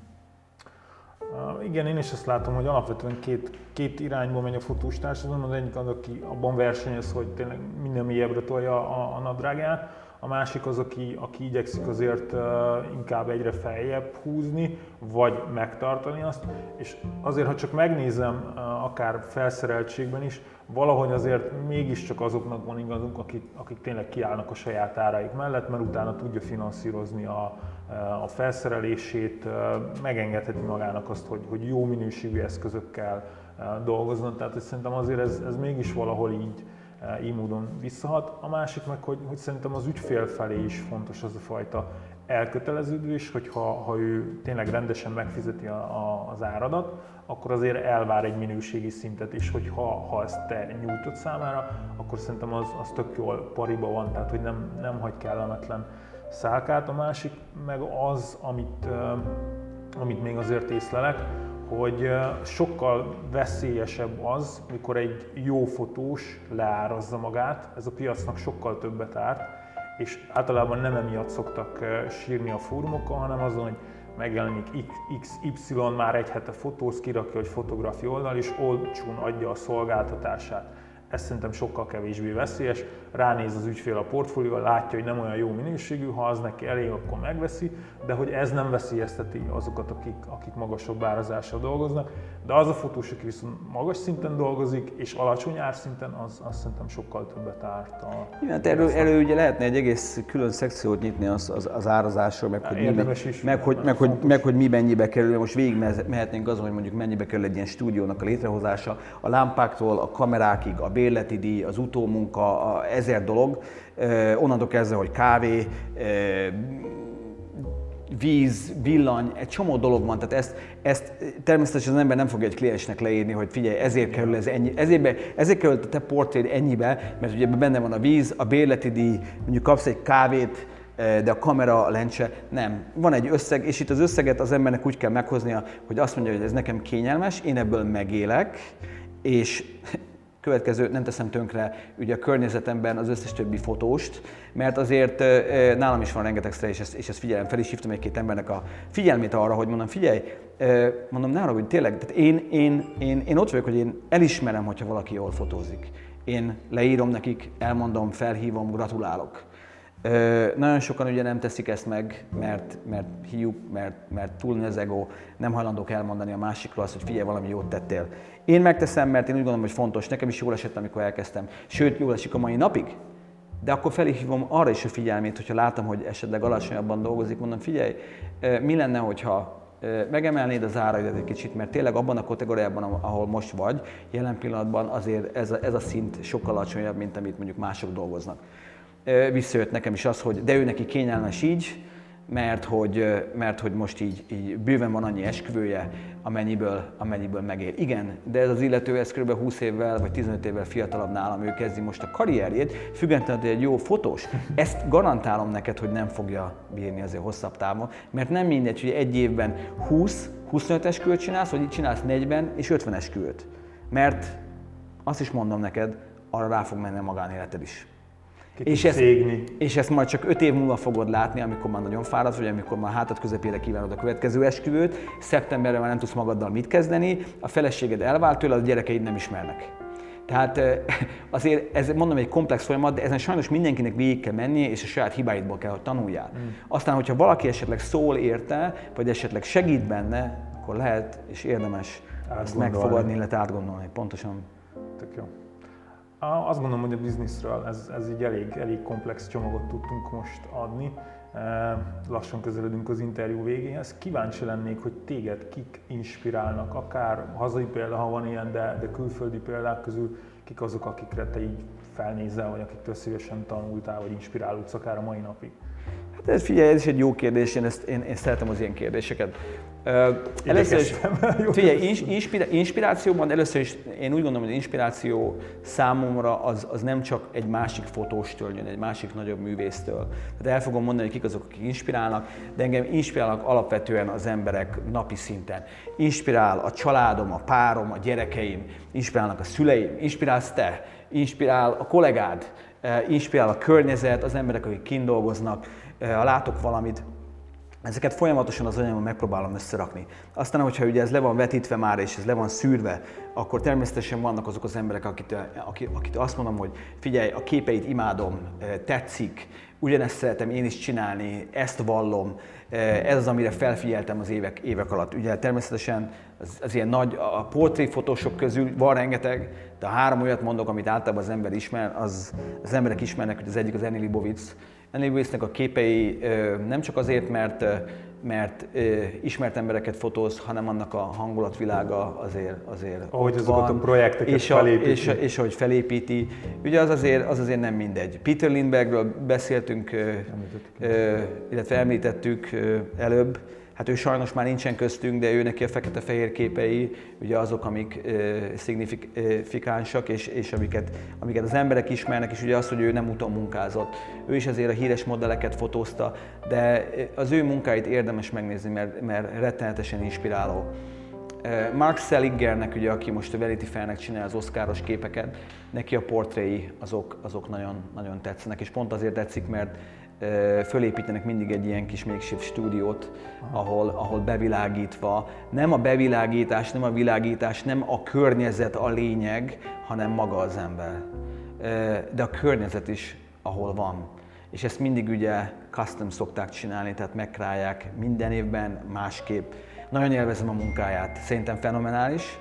Uh, igen, én is azt látom, hogy alapvetően két, két irányba megy a fotós társadalom. Az egyik az, aki abban versenyez, hogy tényleg minden mélyebbre tolja a, a nadrágját. A másik az, aki, aki igyekszik azért uh, inkább egyre feljebb húzni, vagy megtartani azt. És azért, ha csak megnézem, uh, akár felszereltségben is, valahogy azért mégiscsak azoknak van igazunk, akik, akik tényleg kiállnak a saját áraik mellett, mert utána tudja finanszírozni a, a felszerelését, megengedheti magának azt, hogy, hogy jó minőségű eszközökkel dolgozzon. Tehát hogy szerintem azért ez, ez mégis valahol így, így módon visszahat. A másik meg, hogy, hogy szerintem az ügyfél felé is fontos az a fajta elköteleződés, hogy ha, ha ő tényleg rendesen megfizeti a, a, az áradat, akkor azért elvár egy minőségi szintet is, hogy ha, ha ezt te nyújtod számára, akkor szerintem az, az tök jól pariba van, tehát hogy nem, nem hagy kellemetlen szálkát. A másik meg az, amit, amit még azért észlelek, hogy sokkal veszélyesebb az, mikor egy jó fotós leárazza magát, ez a piacnak sokkal többet árt, és általában nem emiatt szoktak sírni a fórumokon, hanem azon, hogy megjelenik iksz ipszilon, már egy hete fotóz, kirakja, hogy fotografi oldal, és olcsón adja a szolgáltatását. Ez szerintem sokkal kevésbé veszélyes. Ránéz az ügyfél a portfólióval, látja, hogy nem olyan jó minőségű, ha az neki elég, akkor megveszi, de hogy ez nem veszélyezteti azokat, akik, akik magasabb árazással dolgoznak. De az a fotós, aki viszont magas szinten dolgozik, és alacsony árszinten, az, az szerintem sokkal többet árt. A Igen, erről, erről ugye lehetne egy egész külön szekciót nyitni az, az, az árazásról, meg hogy, mi, is, meg, hogy, meg, hogy, meg hogy mi mennyibe kerül. Most végig mehetnénk azon, hogy mondjuk mennyibe kerül egy ilyen stúdiónak a létrehozása, a lámpáktól, a kamerákig, a bérleti díj, az utómunka, a ezer dolog. Onnantól kezdve, hogy kávé, víz, villany, egy csomó dolog van, tehát ezt, ezt természetesen az ember nem fogja egy kliensnek leírni, hogy figyelj, ezért kerül ez ennyi, ezért, ezért kerül a te portréd ennyibe, mert ugye benne van a víz, a bérleti díj, mondjuk kapsz egy kávét, de a kamera, a lencse, nem. Van egy összeg, és itt az összeget az embernek úgy kell meghoznia, hogy azt mondja, hogy ez nekem kényelmes, én ebből megélek, és következő, nem teszem tönkre ugye a környezetemben az összes többi fotóst, mert azért e, nálam is van rengeteg stressz, és ezt, és ezt figyelem, fel is hívtam egy-két embernek a figyelmét arra, hogy mondom, figyelj, e, mondom, ne arra, hogy tényleg, tehát én, én, én, én ott vagyok, hogy én elismerem, hogyha valaki jól fotózik. Én leírom nekik, elmondom, felhívom, gratulálok. Ö, nagyon sokan ugye nem teszik ezt meg, mert, mert hiúk, mert, mert túl nagy az ego, nem hajlandók elmondani a másikról azt, hogy figyelj, valami jót tettél. Én megteszem, mert én úgy gondolom, hogy fontos, nekem is jól esett, amikor elkezdtem, sőt, jól esik a mai napig, de akkor felhívom arra is a figyelmét, hogyha látom, hogy esetleg alacsonyabban dolgozik, mondom, figyelj, mi lenne, hogyha megemelnéd az áraidat egy kicsit, mert tényleg abban a kategóriában, ahol most vagy, jelen pillanatban azért ez a, ez a szint sokkal alacsonyabb, mint amit mondjuk mások dolgoznak. Visszajött nekem is az, hogy de ő neki kényelmes így, mert hogy, mert hogy most így, így bőven van annyi esküvője, amennyiből, amennyiből megér. Igen, de ez az illető, ez kb. húsz évvel vagy tizenöt évvel fiatalabb nálam, ő kezdi most a karrierjét, függetlenül, hogy egy jó fotós. Ezt garantálom neked, hogy nem fogja bírni azért hosszabb távon, mert nem mindegy, hogy egy évben húsz-huszonöt esküvőt csinálsz, vagy itt csinálsz negyven és ötven esküvőt. Mert azt is mondom neked, arra rá fog menni a magánéleted is. És ezt, és ezt majd csak öt év múlva fogod látni, amikor már nagyon fáradt vagy, amikor már hátad közepére kívánod a következő esküvőt, szeptemberben már nem tudsz magaddal mit kezdeni, a feleséged elvált tőle, a gyerekeid nem ismernek. Tehát azért ez mondom egy komplex folyamat, de ezen sajnos mindenkinek végig kell mennie, és a saját hibáidból kell, hogy tanuljál. Mm. Aztán, hogyha valaki esetleg szól érte, vagy esetleg segít benne, akkor lehet és érdemes ezt megfogadni, illetve átgondolni. Pontosan. Tök jó. Azt gondolom, hogy a bizniszről ez, ez így elég, elég komplex csomagot tudtunk most adni. Lassan közeledünk az interjú végéhez. Kíváncsi lennék, hogy téged kik inspirálnak, akár hazai példa, ha van ilyen, de, de külföldi példák közül, kik azok, akikre te így felnézel, vagy akiktől szívesen tanultál, vagy inspirálódsz akár a mai napig? Hát ez, figyelj, ez is egy jó kérdés, én, ezt, én, én szeretem az ilyen kérdéseket. Uh, először is, figyelj, inspira, inspirációban először is én úgy gondolom, hogy az inspiráció számomra az, az nem csak egy másik fotóstól jön, egy másik nagyobb művésztől. Tehát el fogom mondani, hogy kik azok, akik inspirálnak, de engem inspirálnak alapvetően az emberek napi szinten. Inspirál a családom, a párom, a gyerekeim, inspirálnak a szüleim, inspirálsz te, inspirál a kollégád, inspirál a környezet, az emberek, akik kint dolgoznak, ha látok valamit. Ezeket folyamatosan az anyagban megpróbálom összerakni. Aztán, hogyha ugye ez le van vetítve már, és ez le van szűrve, akkor természetesen vannak azok az emberek, akit, akit, akit azt mondom, hogy figyelj, a képeit imádom, tetszik, ugyanezt szeretem én is csinálni, ezt vallom, ez az, amire felfigyeltem az évek, évek alatt. Ugye természetesen az, az ilyen nagy, a portréfotósok közül van rengeteg, de a három olyat mondok, amit általában az ember ismer, az, az emberek ismernek, hogy az egyik az Annie Leibovitz. Annie Leibovitznek a képei nem csak azért, mert, mert ismert embereket fotóz, hanem annak a hangulatvilága azért, azért ahogy azokat a projekteket és felépíti. És, és ahogy felépíti. Ugye az azért, az azért nem mindegy. Peter Lindberghről beszéltünk, illetve említettük előbb. Hát ő sajnos már nincsen köztünk, de ő neki a fekete-fehér képei ugye azok, amik uh, szignifikánsak, és, és amiket, amiket az emberek ismernek, és ugye az, hogy ő nem úton munkázott. Ő is azért a híres modelleket fotózta, de az ő munkáit érdemes megnézni, mert, mert rettenetesen inspiráló. Uh, Mark Seligernek, ugye, aki most a Vanity Fairnek csinálja az oszkáros képeket, neki a portréi azok, azok nagyon, nagyon tetszenek, és pont azért tetszik, mert fölépítenek mindig egy ilyen kis makeshift stúdiót, ahol, ahol bevilágítva, nem a bevilágítás, nem a világítás, nem a környezet a lényeg, hanem maga az ember. De a környezet is, ahol van. És ezt mindig ugye custom szokták csinálni, tehát megkrálják minden évben másképp. Nagyon élvezem a munkáját, szerintem fenomenális.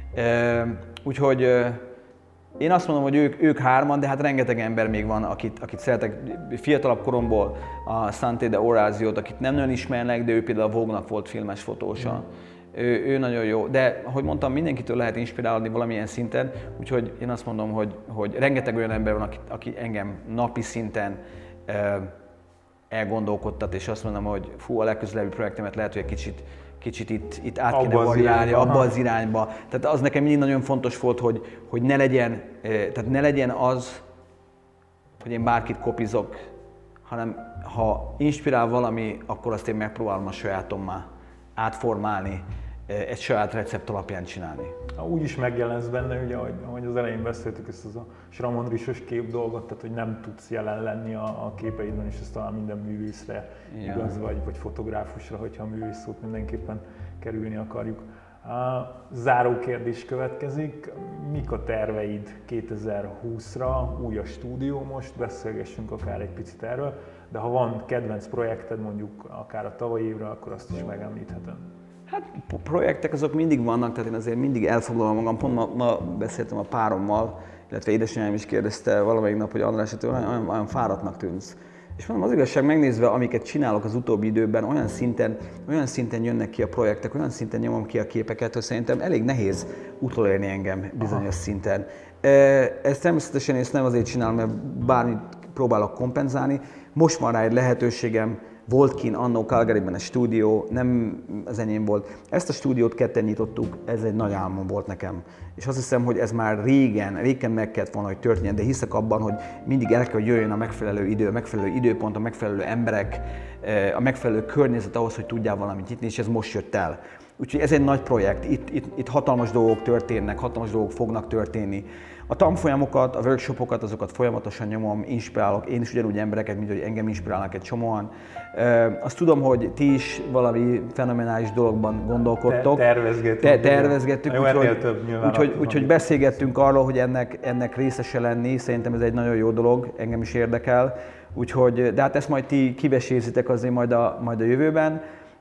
Úgyhogy én azt mondom, hogy ők, ők hárman, de hát rengeteg ember még van, akit, akit szeretek fiatalabb koromból, a Santé de Oraziót, akit nem nagyon ismernek, de ő például a Vogue-nak volt filmes fotósa. Mm. Ő, ő nagyon jó, de ahogy mondtam, mindenkitől lehet inspirálódni valamilyen szinten, úgyhogy én azt mondom, hogy, hogy rengeteg olyan ember van, aki, aki engem napi szinten eh, elgondolkodtat, és azt mondom, hogy fú, a legközelebbi projektemet lehet, hogy egy kicsit kicsit itt, itt át kéne variálni, abba az irányba. Tehát az nekem mindig nagyon fontos volt, hogy, hogy ne legyen, tehát ne legyen az, hogy én bárkit kopizok, hanem ha inspirál valami, akkor azt én megpróbálom a sajátommá átformálni, egy saját recept alapján csinálni. Úgy is megjelensz benne, ugye, ahogy, ahogy az elején beszéltük, ezt az a Sramon Risos kép dolgot, tehát hogy nem tudsz jelen lenni a, a képeidben, és ez talán minden művészre ja. igaz, vagy, vagy fotográfusra, hogyha a művész szót mindenképpen kerülni akarjuk. A záró kérdés következik. Mik a terveid kétezer-húszra? Új a stúdió most, beszélgessünk akár egy picit erről, de ha van kedvenc projekted, mondjuk akár a tavalyi évre, akkor azt is megemlíthetem. Hát projektek azok mindig vannak, tehát én azért mindig elfoglalom magam. Pont ma, ma beszéltem a párommal, illetve édesanyám is kérdezte valamelyik nap, hogy András, hogy olyan, olyan fáradtnak tűnsz. És mondom, az igazság, megnézve, amiket csinálok az utóbbi időben, olyan szinten, olyan szinten jönnek ki a projektek, olyan szinten nyomom ki a képeket, hogy szerintem elég nehéz utolérni engem bizonyos Aha. szinten. Ezt természetesen ezt nem azért csinálom, mert bármit próbálok kompenzálni. Most van rá egy lehetőségem, volt kint annó Calgaryben egy stúdió, nem az enyém volt. Ezt a stúdiót ketten nyitottuk, ez egy nagy álmom volt nekem. És azt hiszem, hogy ez már régen, régen meg kellett volna, hogy történjen, de hiszek abban, hogy mindig el kell, hogy jöjjön a megfelelő idő, a megfelelő időpont, a megfelelő emberek, a megfelelő környezet ahhoz, hogy tudjál valamit nyitni, és ez most jött el. Úgyhogy ez egy nagy projekt, itt, itt, itt hatalmas dolgok történnek, hatalmas dolgok fognak történni. A tanfolyamokat, a workshopokat, azokat folyamatosan nyomom, inspirálok, én is ugyanúgy embereket, mint hogy engem inspirálnak egy csomóan. Azt tudom, hogy ti is valami fenomenális dologban gondolkodtok. Te, tervezgettük. Te, tervezgettük, jó, úgyhogy, több, úgyhogy, úgyhogy beszélgettünk arról, hogy ennek, ennek részese lenni. Szerintem ez egy nagyon jó dolog, engem is érdekel. Úgyhogy, de hát ezt majd ti kivesézitek azért majd a, majd a jövőben.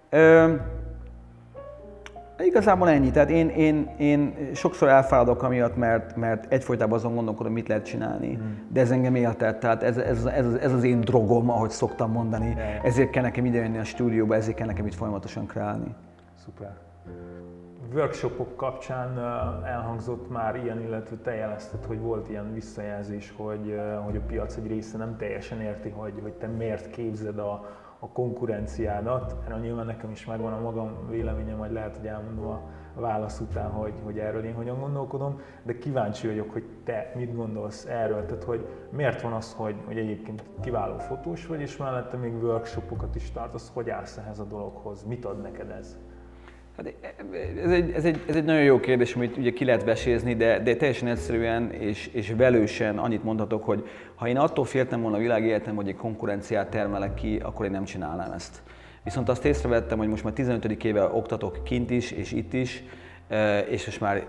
Igazából ennyi, tehát én, én, én sokszor elfáradok amiatt, mert, mert egyfolytában azon gondolkodom, mit lehet csinálni, hmm. de ez engem éltet, tehát ez, ez, ez, ez az én drogom, ahogy szoktam mondani, ezért kell nekem idejönni a stúdióba, ezért kell nekem itt folyamatosan kreálni. Szuper. Workshopok kapcsán elhangzott már ilyen, illetve te jelezted, hogy volt ilyen visszajelzés, hogy, hogy a piac egy része nem teljesen érti, hogy, hogy te miért képzed a a konkurenciádat. Erről nyilván nekem is megvan a magam véleményem, majd lehet, hogy elmondom a válasz után, hogy, hogy erről én hogyan gondolkodom, de kíváncsi vagyok, hogy te mit gondolsz erről, tehát hogy miért van az, hogy, hogy egyébként kiváló fotós vagy, és mellette még workshopokat is tartasz, hogy állsz ehhez a dologhoz, mit ad neked ez? Hát ez, egy, ez, egy, ez egy nagyon jó kérdés, amit ugye ki lehet vesézni, de, de teljesen egyszerűen és, és velősen annyit mondhatok, hogy ha én attól féltem volna a világ életem, hogy egy konkurenciát termelek ki, akkor én nem csinálnám ezt. Viszont azt észrevettem, hogy most már tizenötödik éve oktatok kint is és itt is, és most már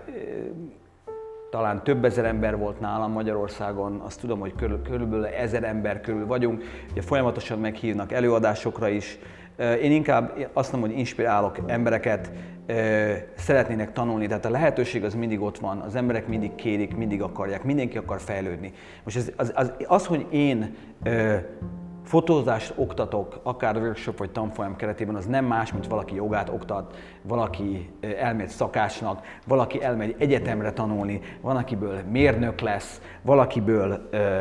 talán több ezer ember volt nálam Magyarországon, azt tudom, hogy körül, körülbelül ezer ember körül vagyunk, ugye folyamatosan meghívnak előadásokra is. Én inkább azt mondom, hogy inspirálok embereket, szeretnének tanulni, tehát a lehetőség az mindig ott van, az emberek mindig kérik, mindig akarják, mindenki akar fejlődni. Most az, az, az, az hogy én fotózást oktatok, akár workshop vagy tanfolyam keretében, az nem más, mint valaki jogát oktat, valaki elmegy szakácsnak, valaki elmegy egyetemre tanulni, van akiből mérnök lesz, valakiből ö,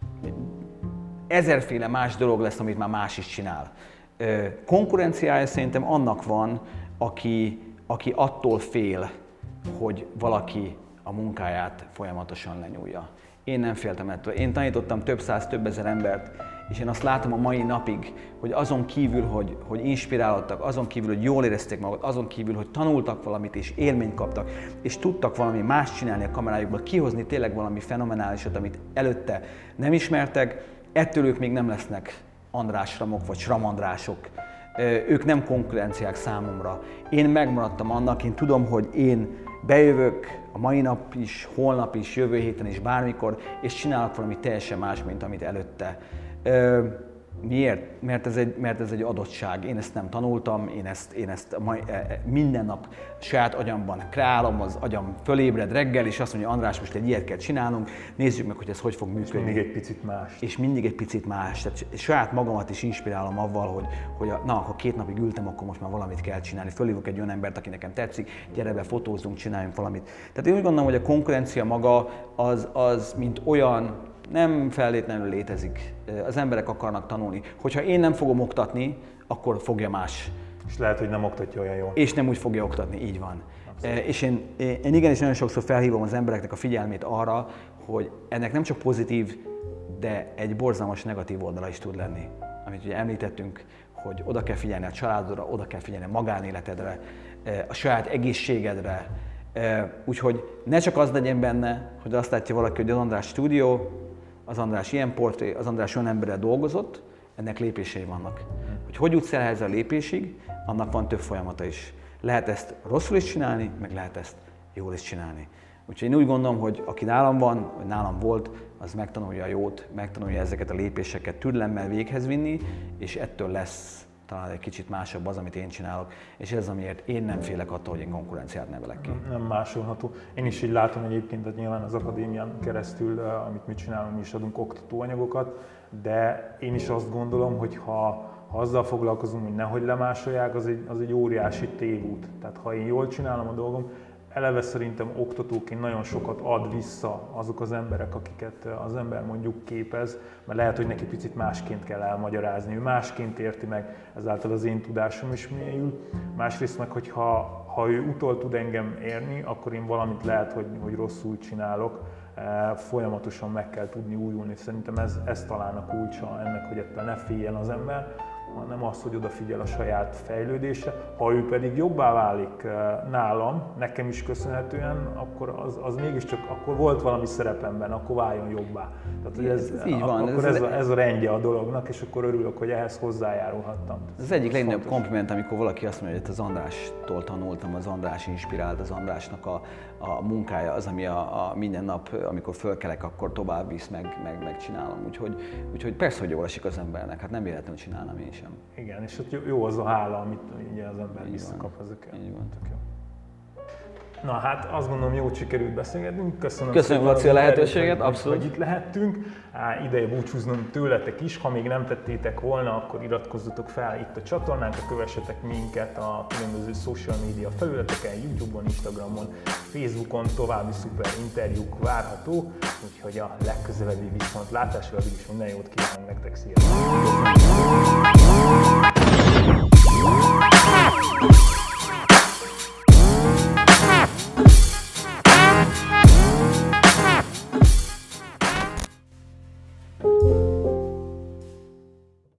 ezerféle más dolog lesz, amit már más is csinál. Ö, konkurenciája szerintem annak van, aki, aki attól fél, hogy valaki a munkáját folyamatosan lenyúlja. Én nem féltem ettől. Én tanítottam több száz, több ezer embert, és én azt látom a mai napig, hogy azon kívül, hogy, hogy inspirálódtak, azon kívül, hogy jól érezték magukat, azon kívül, hogy tanultak valamit és élményt kaptak, és tudtak valami más csinálni a kamerájukból, kihozni tényleg valami fenomenálisat, amit előtte nem ismertek, ettől ők még nem lesznek András Ramok vagy Sram Andrások. Ők nem konkurenciák számomra. Én megmaradtam annak, én tudom, hogy én bejövök a mai nap is, holnap is, jövő héten is, bármikor, és csinálok valami teljesen más, mint amit előtte. Ö, miért? Mert ez, egy, mert ez egy adottság. Én ezt nem tanultam, én ezt, én ezt mai, minden nap saját agyamban kreálom, az agyam fölébred reggel, és azt mondja, András, most egy ilyet kell csinálnunk, nézzük meg, hogy ez hogy fog működni. És mindig egy picit más. És mindig egy picit más. Tehát saját magamat is inspirálom avval, hogy, hogy a, na, ha két napig ültem, akkor most már valamit kell csinálni. Fölhívok egy olyan embert, aki nekem tetszik, gyere be, fotózzunk, csináljunk valamit. Tehát én úgy gondolom, hogy a konkurencia maga az, az mint olyan, nem feltétlenül létezik. Az emberek akarnak tanulni. Hogyha én nem fogom oktatni, akkor fogja más. És lehet, hogy nem oktatja olyan jól. És nem úgy fogja oktatni, így van. Abszolút. És én, én igenis nagyon sokszor felhívom az embereknek a figyelmét arra, hogy ennek nem csak pozitív, de egy borzalmas negatív oldala is tud lenni. Amit ugye említettünk, hogy oda kell figyelni a családodra, oda kell figyelni a magánéletedre, a saját egészségedre. Úgyhogy ne csak az legyen benne, hogy azt látja valaki, hogy az András stúdió, az András ilyen portré, az András olyan emberrel dolgozott, ennek lépései vannak. Hogy hogy jutsz el ehhez a lépésig, annak van több folyamata is. Lehet ezt rosszul is csinálni, meg lehet ezt jól is csinálni. Úgyhogy én úgy gondolom, hogy aki nálam van, vagy nálam volt, az megtanulja a jót, megtanulja ezeket a lépéseket türelemmel véghez vinni, és ettől lesz talán egy kicsit másabb az, amit én csinálok, és ez amiért én nem félek attól, hogy én konkurenciát nevelek ki. Nem másolható. Én is így látom egyébként, hogy nyilván az akadémián keresztül, amit mi csinálunk, mi is adunk oktatóanyagokat, de én is azt gondolom, hogy ha, ha azzal foglalkozunk, hogy nehogy lemásolják, az egy, az egy óriási tévút. Tehát ha én jól csinálom a dolgom, eleve szerintem oktatóként nagyon sokat ad vissza azok az emberek, akiket az ember mondjuk képez, mert lehet, hogy neki picit másként kell elmagyarázni, ő másként érti meg, ezáltal az én tudásom is mélyül. Másrészt meg, hogy ha, ha ő utol tud engem érni, akkor én valamit lehet, hogy, hogy rosszul csinálok, folyamatosan meg kell tudni újulni. Szerintem ez, ez talán a kulcsa ennek, hogy ettől ne féljen az ember, hanem az, hogy odafigyel a saját fejlődése. Ha ő pedig jobbá válik nálam, nekem is köszönhetően, akkor az, az mégiscsak akkor volt valami szerepemben, akkor váljon jobbá. Tehát, ez, ez így van. Akkor ez, ez, a, ez a rendje a dolognak, és akkor örülök, hogy ehhez hozzájárulhattam. Ez az egyik legnagyobb kompliment, amikor valaki azt mondja, hogy az Andrástól tanultam, az András inspirált, az Andrásnak a, a munkája az, ami a, a minden nap, amikor fölkelek, akkor tovább visz, meg, meg, megcsinálom. Úgyhogy, úgyhogy persze, hogy jól esik az embernek, hát nem véletlenül csinálnám én sem. Igen, és ott jó az a hála, amit ugye az ember visszakap ezekkel. Így van. Tök jó. Na hát azt gondolom, jó sikerült beszélgetnünk. Köszönöm, Köszönöm Laci a lehetőséget, abszolút. Hogy itt lehettünk. Ideje búcsúznom tőletek is, ha még nem tettétek volna, akkor iratkozzatok fel itt a csatornánkra, kövessetek minket a különböző social media felületeken, YouTube-on, Instagramon, Facebookon, további szuper interjúk várható, úgyhogy a legközelebbi viszontlátásra addig is minden jót kívánok nektek, sziasztok!